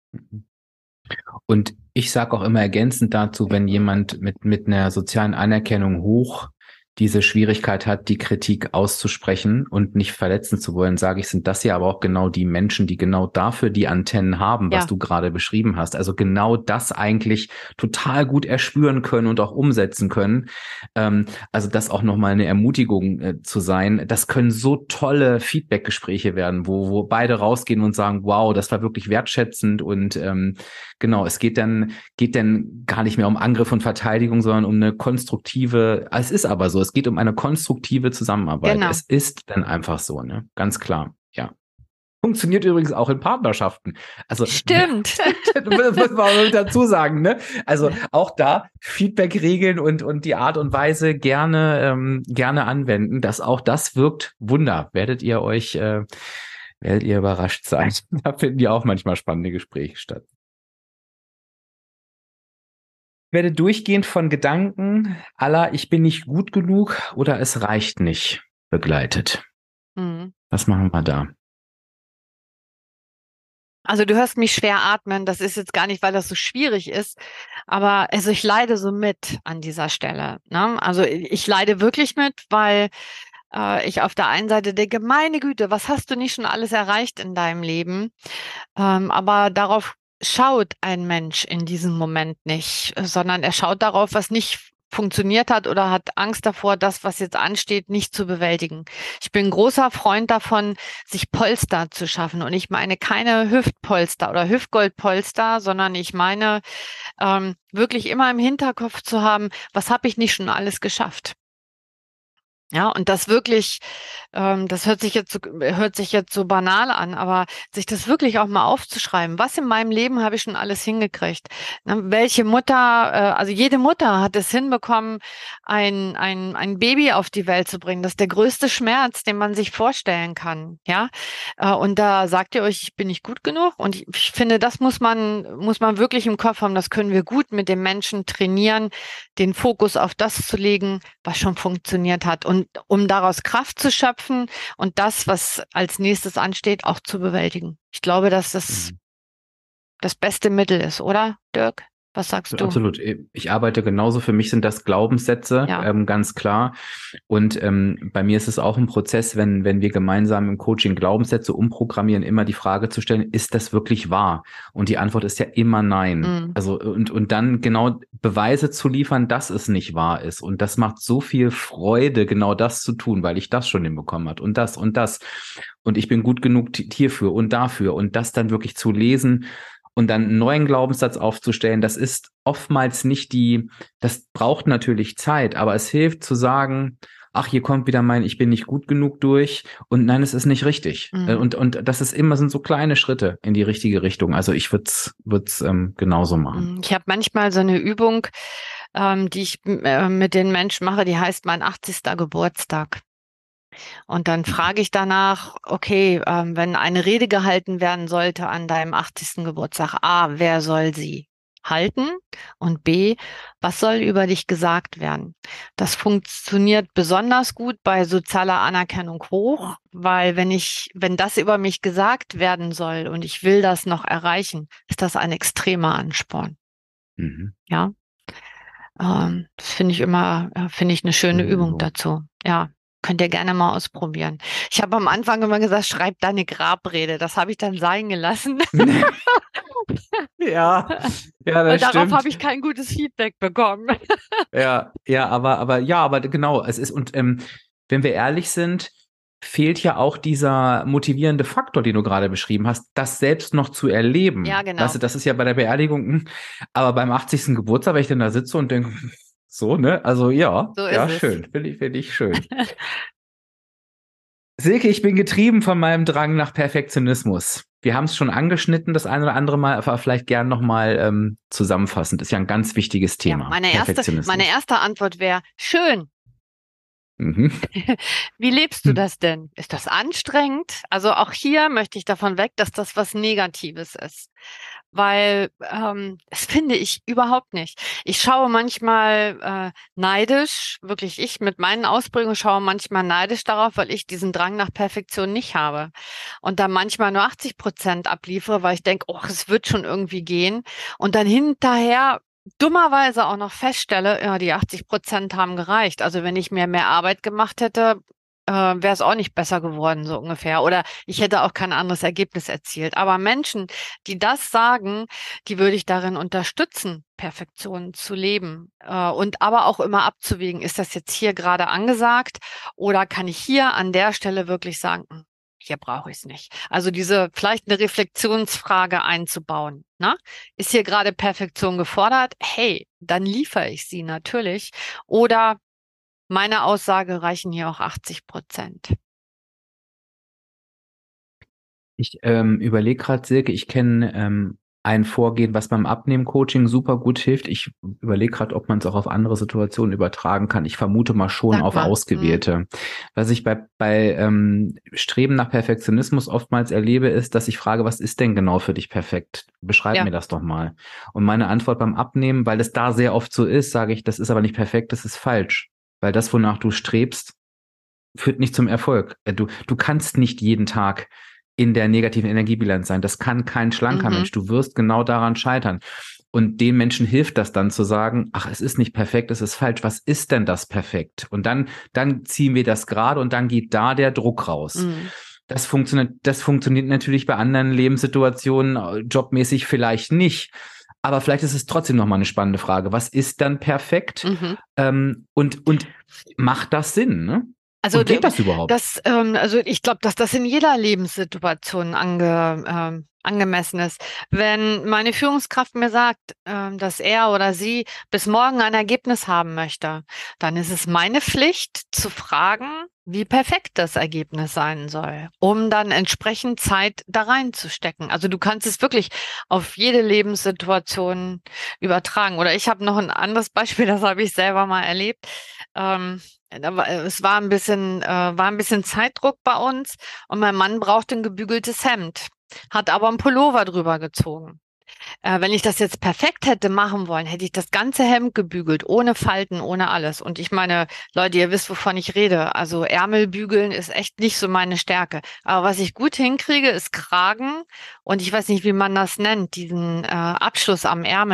[SPEAKER 1] Und ich sage auch immer ergänzend dazu, wenn jemand mit einer sozialen Anerkennung hoch diese Schwierigkeit hat, die Kritik auszusprechen und nicht verletzen zu wollen, sage ich, sind das ja aber auch genau die Menschen, die genau dafür die Antennen haben, was
[SPEAKER 2] Ja.
[SPEAKER 1] du gerade beschrieben hast. Also genau das eigentlich total gut erspüren können und auch umsetzen können. Also das auch nochmal eine Ermutigung zu sein. Das können so tolle Feedback-Gespräche werden, wo beide rausgehen und sagen, wow, das war wirklich wertschätzend und genau, es geht dann gar nicht mehr um Angriff und Verteidigung, sondern um eine konstruktive, es ist aber so, es geht um eine konstruktive Zusammenarbeit.
[SPEAKER 2] Genau.
[SPEAKER 1] Es ist dann einfach so, ne? Ganz klar, ja. Funktioniert übrigens auch in Partnerschaften. Also,
[SPEAKER 2] Stimmt.
[SPEAKER 1] das muss man dazu sagen, ne? Also auch da Feedback-Regeln und die Art und Weise gerne anwenden. Auch das wirkt Wunder. Werdet ihr überrascht sein. Da finden ja auch manchmal spannende Gespräche statt. Ich werde durchgehend von Gedanken aller ich bin nicht gut genug oder es reicht nicht begleitet.
[SPEAKER 2] Mhm.
[SPEAKER 1] Was machen wir da?
[SPEAKER 2] Also du hörst mich schwer atmen. Das ist jetzt gar nicht, weil das so schwierig ist, aber also ich leide so mit an dieser Stelle. Ne? Also ich leide wirklich mit, weil ich auf der einen Seite denke, meine Güte, was hast du nicht schon alles erreicht in deinem Leben? Aber darauf schaut ein Mensch in diesem Moment nicht, sondern er schaut darauf, was nicht funktioniert hat oder hat Angst davor, das, was jetzt ansteht, nicht zu bewältigen. Ich bin ein großer Freund davon, sich Polster zu schaffen. Und ich meine keine Hüftpolster oder Hüftgoldpolster, sondern ich meine wirklich immer im Hinterkopf zu haben, was habe ich nicht schon alles geschafft? Ja, und das wirklich, das hört sich jetzt so banal an, aber sich das wirklich auch mal aufzuschreiben. Was in meinem Leben habe ich schon alles hingekriegt? Ne, welche Mutter, also jede Mutter hat es hinbekommen, ein Baby auf die Welt zu bringen. Das ist der größte Schmerz, den man sich vorstellen kann. Ja, und da sagt ihr euch, ich bin nicht gut genug. Und ich finde, das muss man wirklich im Kopf haben. Das können wir gut mit dem Menschen trainieren, den Fokus auf das zu legen, was schon funktioniert hat. Und um daraus Kraft zu schöpfen und das, was als nächstes ansteht, auch zu bewältigen. Ich glaube, dass das das beste Mittel ist, oder, Dirk? Was sagst du?
[SPEAKER 1] Absolut. Ich arbeite genauso. Für mich sind das Glaubenssätze,
[SPEAKER 2] Ja.
[SPEAKER 1] ganz klar. Und bei mir ist es auch ein Prozess, wenn wir gemeinsam im Coaching Glaubenssätze umprogrammieren, immer die Frage zu stellen, ist das wirklich wahr? Und die Antwort ist ja immer nein.
[SPEAKER 2] Mm.
[SPEAKER 1] Also und dann genau Beweise zu liefern, dass es nicht wahr ist. Und das macht so viel Freude, genau das zu tun, weil ich das schon hinbekommen habe und das und das. Und ich bin gut genug hierfür und dafür. Und das dann wirklich zu lesen und dann einen neuen Glaubenssatz aufzustellen, das ist oftmals nicht das braucht natürlich Zeit, aber es hilft zu sagen, ach, hier kommt wieder ich bin nicht gut genug durch und nein, es ist nicht richtig.
[SPEAKER 2] Mm.
[SPEAKER 1] Und das sind so kleine Schritte in die richtige Richtung. Also ich würde es genauso machen.
[SPEAKER 2] Ich habe manchmal so eine Übung, die ich mit den Menschen mache, die heißt mein 80. Geburtstag. Und dann frage ich danach, okay, wenn eine Rede gehalten werden sollte an deinem 80. Geburtstag, A, wer soll sie halten? Und B, was soll über dich gesagt werden? Das funktioniert besonders gut bei sozialer Anerkennung hoch, weil wenn das über mich gesagt werden soll und ich will das noch erreichen, ist das ein extremer Ansporn.
[SPEAKER 1] Mhm.
[SPEAKER 2] Ja, das finde ich eine schöne
[SPEAKER 1] Schöne
[SPEAKER 2] Übung
[SPEAKER 1] Übung.
[SPEAKER 2] dazu. Ja, könnt ihr gerne mal ausprobieren. Ich habe am Anfang immer gesagt, schreib deine Grabrede. Das habe ich dann sein gelassen.
[SPEAKER 1] Ja, ja,
[SPEAKER 2] Und
[SPEAKER 1] das
[SPEAKER 2] darauf habe
[SPEAKER 1] stimmt.
[SPEAKER 2] ich kein gutes Feedback bekommen.
[SPEAKER 1] Aber genau, wenn wir ehrlich sind, fehlt ja auch dieser motivierende Faktor, den du gerade beschrieben hast, das selbst noch zu
[SPEAKER 2] Ja,
[SPEAKER 1] erleben. Weißt
[SPEAKER 2] genau.
[SPEAKER 1] du, das ist ja bei der Beerdigung, aber beim 80. Geburtstag, wenn ich dann da sitze und denke, so, ne? Also ja,
[SPEAKER 2] So ist
[SPEAKER 1] ja,
[SPEAKER 2] es.
[SPEAKER 1] schön, finde ich schön. Silke, ich bin getrieben von meinem Drang nach Perfektionismus. Wir haben es schon angeschnitten, das eine oder andere Mal, aber vielleicht gern nochmal zusammenfassend. Ist ja ein ganz wichtiges
[SPEAKER 2] Ja,
[SPEAKER 1] Thema,
[SPEAKER 2] meine
[SPEAKER 1] Perfektionismus.
[SPEAKER 2] erste Antwort wäre, schön.
[SPEAKER 1] Mhm.
[SPEAKER 2] Wie lebst du das denn? Ist das anstrengend? Also auch hier möchte ich davon weg, dass das was Negatives ist, weil das finde ich überhaupt nicht. Ich schaue manchmal neidisch, wirklich ich mit meinen Ausprägungen schaue manchmal neidisch darauf, weil ich diesen Drang nach Perfektion nicht habe und dann manchmal nur 80% abliefere, weil ich denke, oh, es wird schon irgendwie gehen und dann hinterher dummerweise auch noch feststelle, ja, die 80% haben gereicht. Also wenn ich mir mehr Arbeit gemacht hätte, wäre es auch nicht besser geworden, so ungefähr. Oder ich hätte auch kein anderes Ergebnis erzielt. Aber Menschen, die das sagen, die würde ich darin unterstützen, Perfektion zu leben. Und aber auch immer abzuwägen, ist das jetzt hier gerade angesagt oder kann ich hier an der Stelle wirklich sagen, hier brauche ich es nicht. Also vielleicht eine Reflexionsfrage einzubauen. Ne? Ist hier gerade Perfektion gefordert? Hey, dann liefere ich sie natürlich. Oder meine Aussage reichen hier auch 80%.
[SPEAKER 1] Ich überlege gerade, Silke, ich kenne ein Vorgehen, was beim Abnehmen-Coaching super gut hilft. Ich überlege gerade, ob man es auch auf andere Situationen übertragen kann. Ich vermute mal schon
[SPEAKER 2] Sag
[SPEAKER 1] auf
[SPEAKER 2] mal.
[SPEAKER 1] ausgewählte. Was ich bei Streben nach Perfektionismus oftmals erlebe, ist, dass ich frage, was ist denn genau für dich perfekt? Beschreib
[SPEAKER 2] Ja.
[SPEAKER 1] mir das doch mal. Und meine Antwort beim Abnehmen, weil es da sehr oft so ist, sage ich, das ist aber nicht perfekt, das ist falsch. Weil das, wonach du strebst, führt nicht zum Erfolg. Du kannst nicht jeden Tag in der negativen Energiebilanz sein. Das kann kein schlanker
[SPEAKER 2] Mhm.
[SPEAKER 1] Mensch. Du wirst genau daran scheitern. Und den Menschen hilft das dann zu sagen, ach, es ist nicht perfekt, es ist falsch. Was ist denn das perfekt? Und dann ziehen wir das gerade und dann geht da der Druck raus.
[SPEAKER 2] Mhm.
[SPEAKER 1] Das funktioniert natürlich bei anderen Lebenssituationen, jobmäßig vielleicht nicht. Aber vielleicht ist es trotzdem nochmal eine spannende Frage. Was ist dann perfekt?
[SPEAKER 2] Mhm.
[SPEAKER 1] Und macht das Sinn, ne?
[SPEAKER 2] Also
[SPEAKER 1] Und geht das überhaupt?
[SPEAKER 2] also ich glaube, dass das in jeder Lebenssituation angemessen ist. Wenn meine Führungskraft mir sagt, dass er oder sie bis morgen ein Ergebnis haben möchte, dann ist es meine Pflicht zu fragen, wie perfekt das Ergebnis sein soll, um dann entsprechend Zeit da reinzustecken. Also du kannst es wirklich auf jede Lebenssituation übertragen. Oder ich habe noch ein anderes Beispiel, das habe ich selber mal erlebt. Es war ein bisschen Zeitdruck bei uns und mein Mann brauchte ein gebügeltes Hemd, hat aber einen Pullover drüber gezogen. Wenn ich das jetzt perfekt hätte machen wollen, hätte ich das ganze Hemd gebügelt, ohne Falten, ohne alles. Und ich meine, Leute, ihr wisst, wovon ich rede. Also Ärmel bügeln ist echt nicht so meine Stärke. Aber was ich gut hinkriege, ist Kragen und ich weiß nicht, wie man das nennt, diesen Abschluss am Ärmel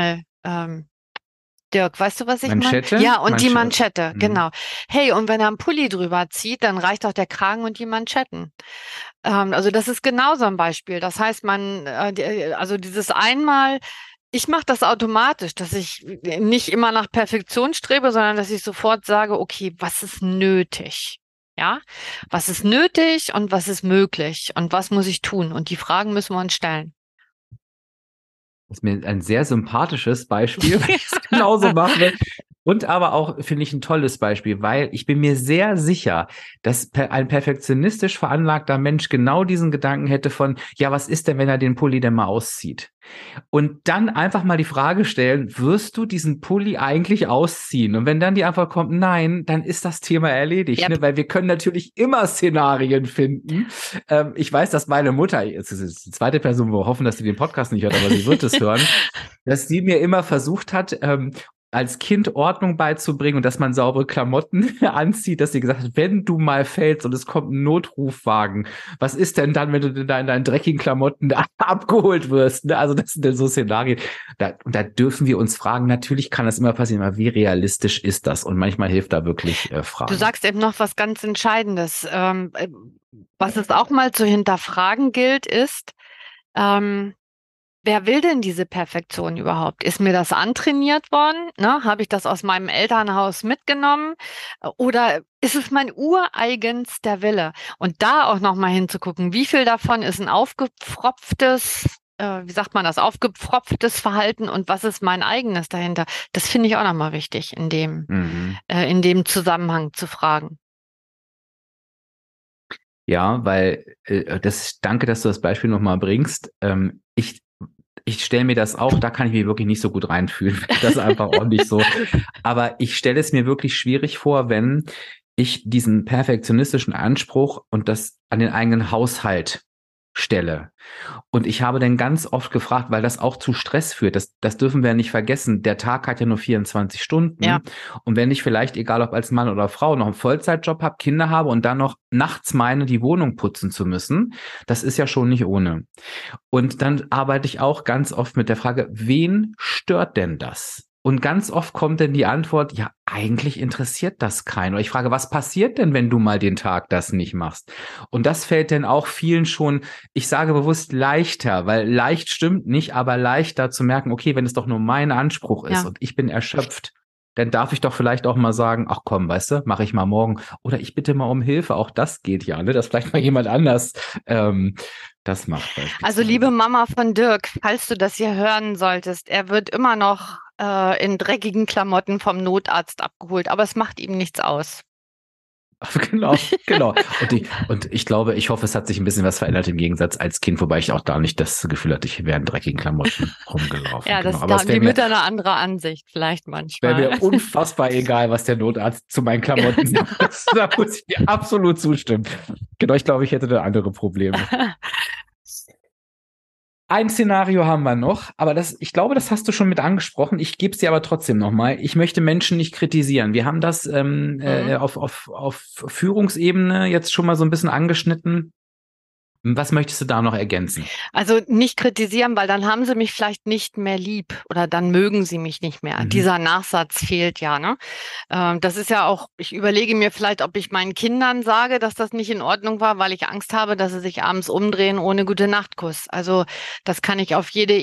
[SPEAKER 2] Dirk, weißt du, was ich meine?
[SPEAKER 1] Manschette?
[SPEAKER 2] Ja, und die Manschette,
[SPEAKER 1] Mhm.
[SPEAKER 2] genau. Hey, und wenn er einen Pulli drüber zieht, dann reicht auch der Kragen und die Manschetten. Also das ist genau so ein Beispiel. Das heißt, also dieses einmal, ich mache das automatisch, dass ich nicht immer nach Perfektion strebe, sondern dass ich sofort sage, okay, was ist nötig? Ja, was ist nötig und was ist möglich und was muss ich tun? Und die Fragen müssen wir uns stellen.
[SPEAKER 1] Das ist mir ein sehr sympathisches Beispiel, weil ich es genauso mache. Und aber auch, finde ich, ein tolles Beispiel, weil ich bin mir sehr sicher, dass ein perfektionistisch veranlagter Mensch genau diesen Gedanken hätte von, ja, was ist denn, wenn er den Pulli denn mal auszieht? Und dann einfach mal die Frage stellen, wirst du diesen Pulli eigentlich ausziehen? Und wenn dann die Antwort kommt, nein, dann ist das Thema erledigt,
[SPEAKER 2] Yep.
[SPEAKER 1] ne? Weil wir können natürlich immer Szenarien finden. Ich weiß, dass meine Mutter, es ist die zweite Person, wo wir hoffen, dass sie den Podcast nicht hört, aber sie wird es hören, dass sie mir immer versucht hat, als Kind Ordnung beizubringen und dass man saubere Klamotten anzieht, dass sie gesagt hat, wenn du mal fällst und es kommt ein Notrufwagen, was ist denn dann, wenn du da in deinen dreckigen Klamotten abgeholt wirst? Ne? Also das sind dann so Szenarien. Da dürfen wir uns fragen, natürlich kann das immer passieren, aber wie realistisch ist das? Und manchmal hilft da wirklich
[SPEAKER 2] Du
[SPEAKER 1] Fragen.
[SPEAKER 2] sagst eben noch was ganz Entscheidendes. Was es auch mal zu hinterfragen gilt, ist, ähm, wer will denn diese Perfektion überhaupt? Ist mir das antrainiert worden? Ne? Habe ich das aus meinem Elternhaus mitgenommen? Oder ist es mein ureigenster Wille? Und da auch nochmal hinzugucken, wie viel davon ist ein aufgepfropftes, wie sagt man das, aufgepfropftes Verhalten und was ist mein eigenes dahinter? Das finde ich auch nochmal wichtig,
[SPEAKER 1] Mhm.
[SPEAKER 2] in dem Zusammenhang zu fragen.
[SPEAKER 1] Ja, weil danke, dass du das Beispiel nochmal bringst. Ich stelle mir das auch, da kann ich mich wirklich nicht so gut reinfühlen. Das ist einfach auch nicht so. Aber ich stelle es mir wirklich schwierig vor, wenn ich diesen perfektionistischen Anspruch und das an den eigenen Haushalt stelle. Und ich habe dann ganz oft gefragt, weil das auch zu Stress führt. Das dürfen wir ja nicht vergessen. Der Tag hat ja nur 24
[SPEAKER 2] Ja.
[SPEAKER 1] Stunden. Und wenn ich vielleicht, egal ob als Mann oder Frau, noch einen Vollzeitjob habe, Kinder habe und dann noch nachts meine, die Wohnung putzen zu müssen, das ist ja schon nicht ohne. Und dann arbeite ich auch ganz oft mit der Frage, wen stört denn das? Und ganz oft kommt dann die Antwort, ja, eigentlich interessiert das keinen. Oder ich frage, was passiert denn, wenn du mal den Tag das nicht machst? Und das fällt dann auch vielen schon, ich sage bewusst leichter, weil leicht stimmt nicht, aber leichter zu merken, okay, wenn es doch nur mein Anspruch ist
[SPEAKER 2] Ja.
[SPEAKER 1] und ich bin erschöpft, dann darf ich doch vielleicht auch mal sagen, ach komm, weißt du, mache ich mal morgen. Oder ich bitte mal um Hilfe. Auch das geht ja, ne? Dass vielleicht mal jemand anders das macht
[SPEAKER 2] Also liebe
[SPEAKER 1] beispielsweise.
[SPEAKER 2] Mama von Dirk, falls du das hier hören solltest, er wird immer noch in dreckigen Klamotten vom Notarzt abgeholt, aber es macht ihm nichts aus.
[SPEAKER 1] Genau, genau. Und ich glaube, ich hoffe, es hat sich ein bisschen was verändert im Gegensatz als Kind, wobei ich auch da nicht das Gefühl hatte, ich wäre in dreckigen Klamotten rumgelaufen.
[SPEAKER 2] Ja,
[SPEAKER 1] Genau.
[SPEAKER 2] da
[SPEAKER 1] Aber es
[SPEAKER 2] haben die Mütter eine andere Ansicht, vielleicht
[SPEAKER 1] wäre
[SPEAKER 2] manchmal.
[SPEAKER 1] mir unfassbar egal, was der Notarzt zu meinen Klamotten sagt. Da muss ich dir absolut zustimmen. Genau, ich glaube, ich hätte da andere Probleme. Ein Szenario haben wir noch, aber ich glaube, das hast du schon mit angesprochen. Ich gebe es dir aber trotzdem nochmal. Ich möchte Menschen nicht kritisieren. Wir haben das
[SPEAKER 2] Mhm.
[SPEAKER 1] auf Führungsebene jetzt schon mal so ein bisschen angeschnitten. Was möchtest du da noch ergänzen?
[SPEAKER 2] Also nicht kritisieren, weil dann haben sie mich vielleicht nicht mehr lieb oder dann mögen sie mich nicht mehr.
[SPEAKER 1] Mhm.
[SPEAKER 2] Dieser Nachsatz fehlt ja, ne? Das ist ja auch, ich überlege mir vielleicht, ob ich meinen Kindern sage, dass das nicht in Ordnung war, weil ich Angst habe, dass sie sich abends umdrehen ohne Gute-Nacht-Kuss. Also das kann ich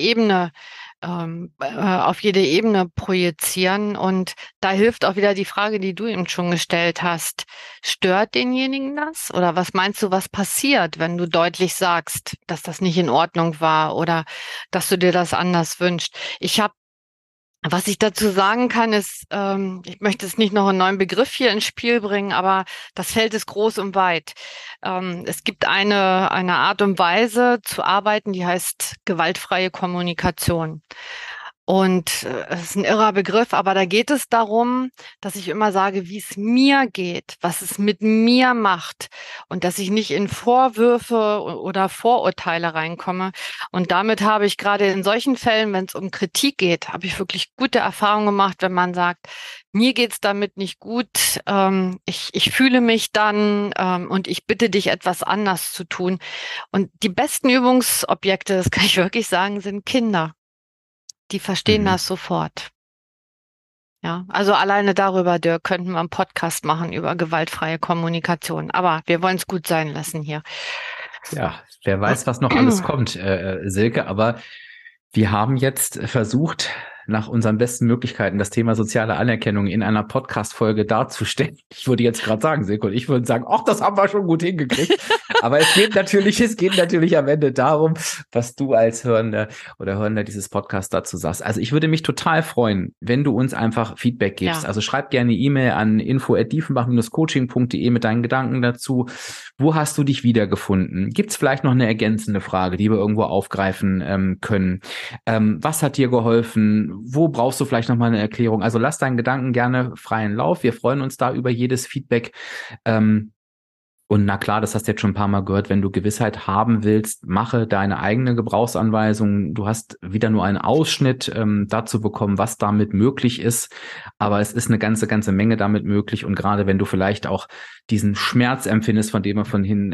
[SPEAKER 2] auf jede Ebene projizieren. Und da hilft auch wieder die Frage, die du eben schon gestellt hast. Stört denjenigen das? Oder was meinst du, was passiert, wenn du deutlich sagst, dass das nicht in Ordnung war oder dass du dir das anders wünschst? Was ich dazu sagen kann, ist, ich möchte jetzt nicht noch einen neuen Begriff hier ins Spiel bringen, aber das Feld ist groß und weit. Es gibt eine Art und Weise zu arbeiten, die heißt gewaltfreie Kommunikation. Und es ist ein irrer Begriff, aber da geht es darum, dass ich immer sage, wie es mir geht, was es mit mir macht und dass ich nicht in Vorwürfe oder Vorurteile reinkomme. Und damit habe ich gerade in solchen Fällen, wenn es um Kritik geht, habe ich wirklich gute Erfahrungen gemacht, wenn man sagt, mir geht's damit nicht gut, ich fühle mich dann und ich bitte dich, etwas anders zu tun. Und die besten Übungsobjekte, das kann ich wirklich sagen, sind Kinder. die verstehen das sofort. Ja, also alleine darüber, Dirk, könnten wir einen Podcast machen über gewaltfreie Kommunikation. Aber wir wollen es gut sein lassen hier.
[SPEAKER 1] Ja, wer weiß, was noch alles kommt, Silke. Aber wir haben jetzt versucht, nach unseren besten Möglichkeiten das Thema soziale Anerkennung in einer Podcast-Folge darzustellen. Ich würde jetzt gerade sagen, Silke, und ich würde sagen, ach, das haben wir schon gut hingekriegt. Aber es geht natürlich am Ende darum, was du als Hörender oder Hörender dieses Podcasts dazu sagst. Also ich würde mich total freuen, wenn du uns einfach Feedback gibst. Ja. Also schreib gerne E-Mail an info@diefenbach-coaching.de mit deinen Gedanken dazu. Wo hast du dich wiedergefunden? Gibt es vielleicht noch eine ergänzende Frage, die wir irgendwo aufgreifen können? Was hat dir geholfen? Wo brauchst du vielleicht nochmal eine Erklärung? Also lass deinen Gedanken gerne freien Lauf. Wir freuen uns da über jedes Feedback. Und na klar, das hast du jetzt schon ein paar Mal gehört, wenn du Gewissheit haben willst, mache deine eigene Gebrauchsanweisung. Du hast wieder nur einen Ausschnitt dazu bekommen, was damit möglich ist. Aber es ist eine ganze Menge damit möglich. Und gerade wenn du vielleicht auch diesen Schmerz empfindest, von dem wir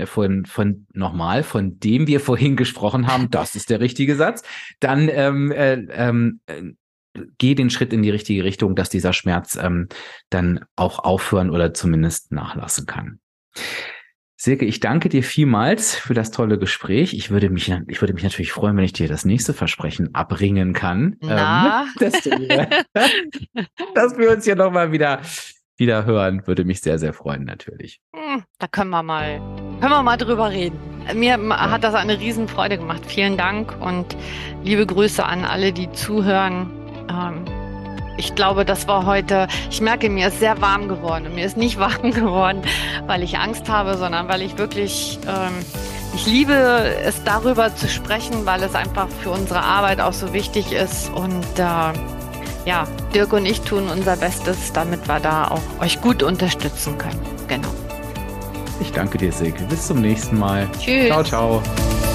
[SPEAKER 1] von dem wir vorhin gesprochen haben, das ist der richtige Satz, dann geh den Schritt in die richtige Richtung, dass dieser Schmerz dann auch aufhören oder zumindest nachlassen kann. Silke, ich danke dir vielmals für das tolle Gespräch. Ich würde mich natürlich freuen, wenn ich dir das nächste Versprechen abringen kann. Dass wir uns hier nochmal wieder hören, würde mich sehr, sehr freuen, natürlich.
[SPEAKER 2] Da können wir mal drüber reden. Mir hat das eine Riesenfreude gemacht. Vielen Dank und liebe Grüße an alle, die zuhören. Ich glaube, das war heute, ich merke, mir ist sehr warm geworden. Und mir ist nicht warm geworden, weil ich Angst habe, sondern weil ich wirklich, ich liebe es, darüber zu sprechen, weil es einfach für unsere Arbeit auch so wichtig ist. Und Dirk und ich tun unser Bestes, damit wir da auch euch gut unterstützen können. Genau.
[SPEAKER 1] Ich danke dir, Silke. Bis zum nächsten Mal.
[SPEAKER 2] Tschüss.
[SPEAKER 1] Ciao, ciao.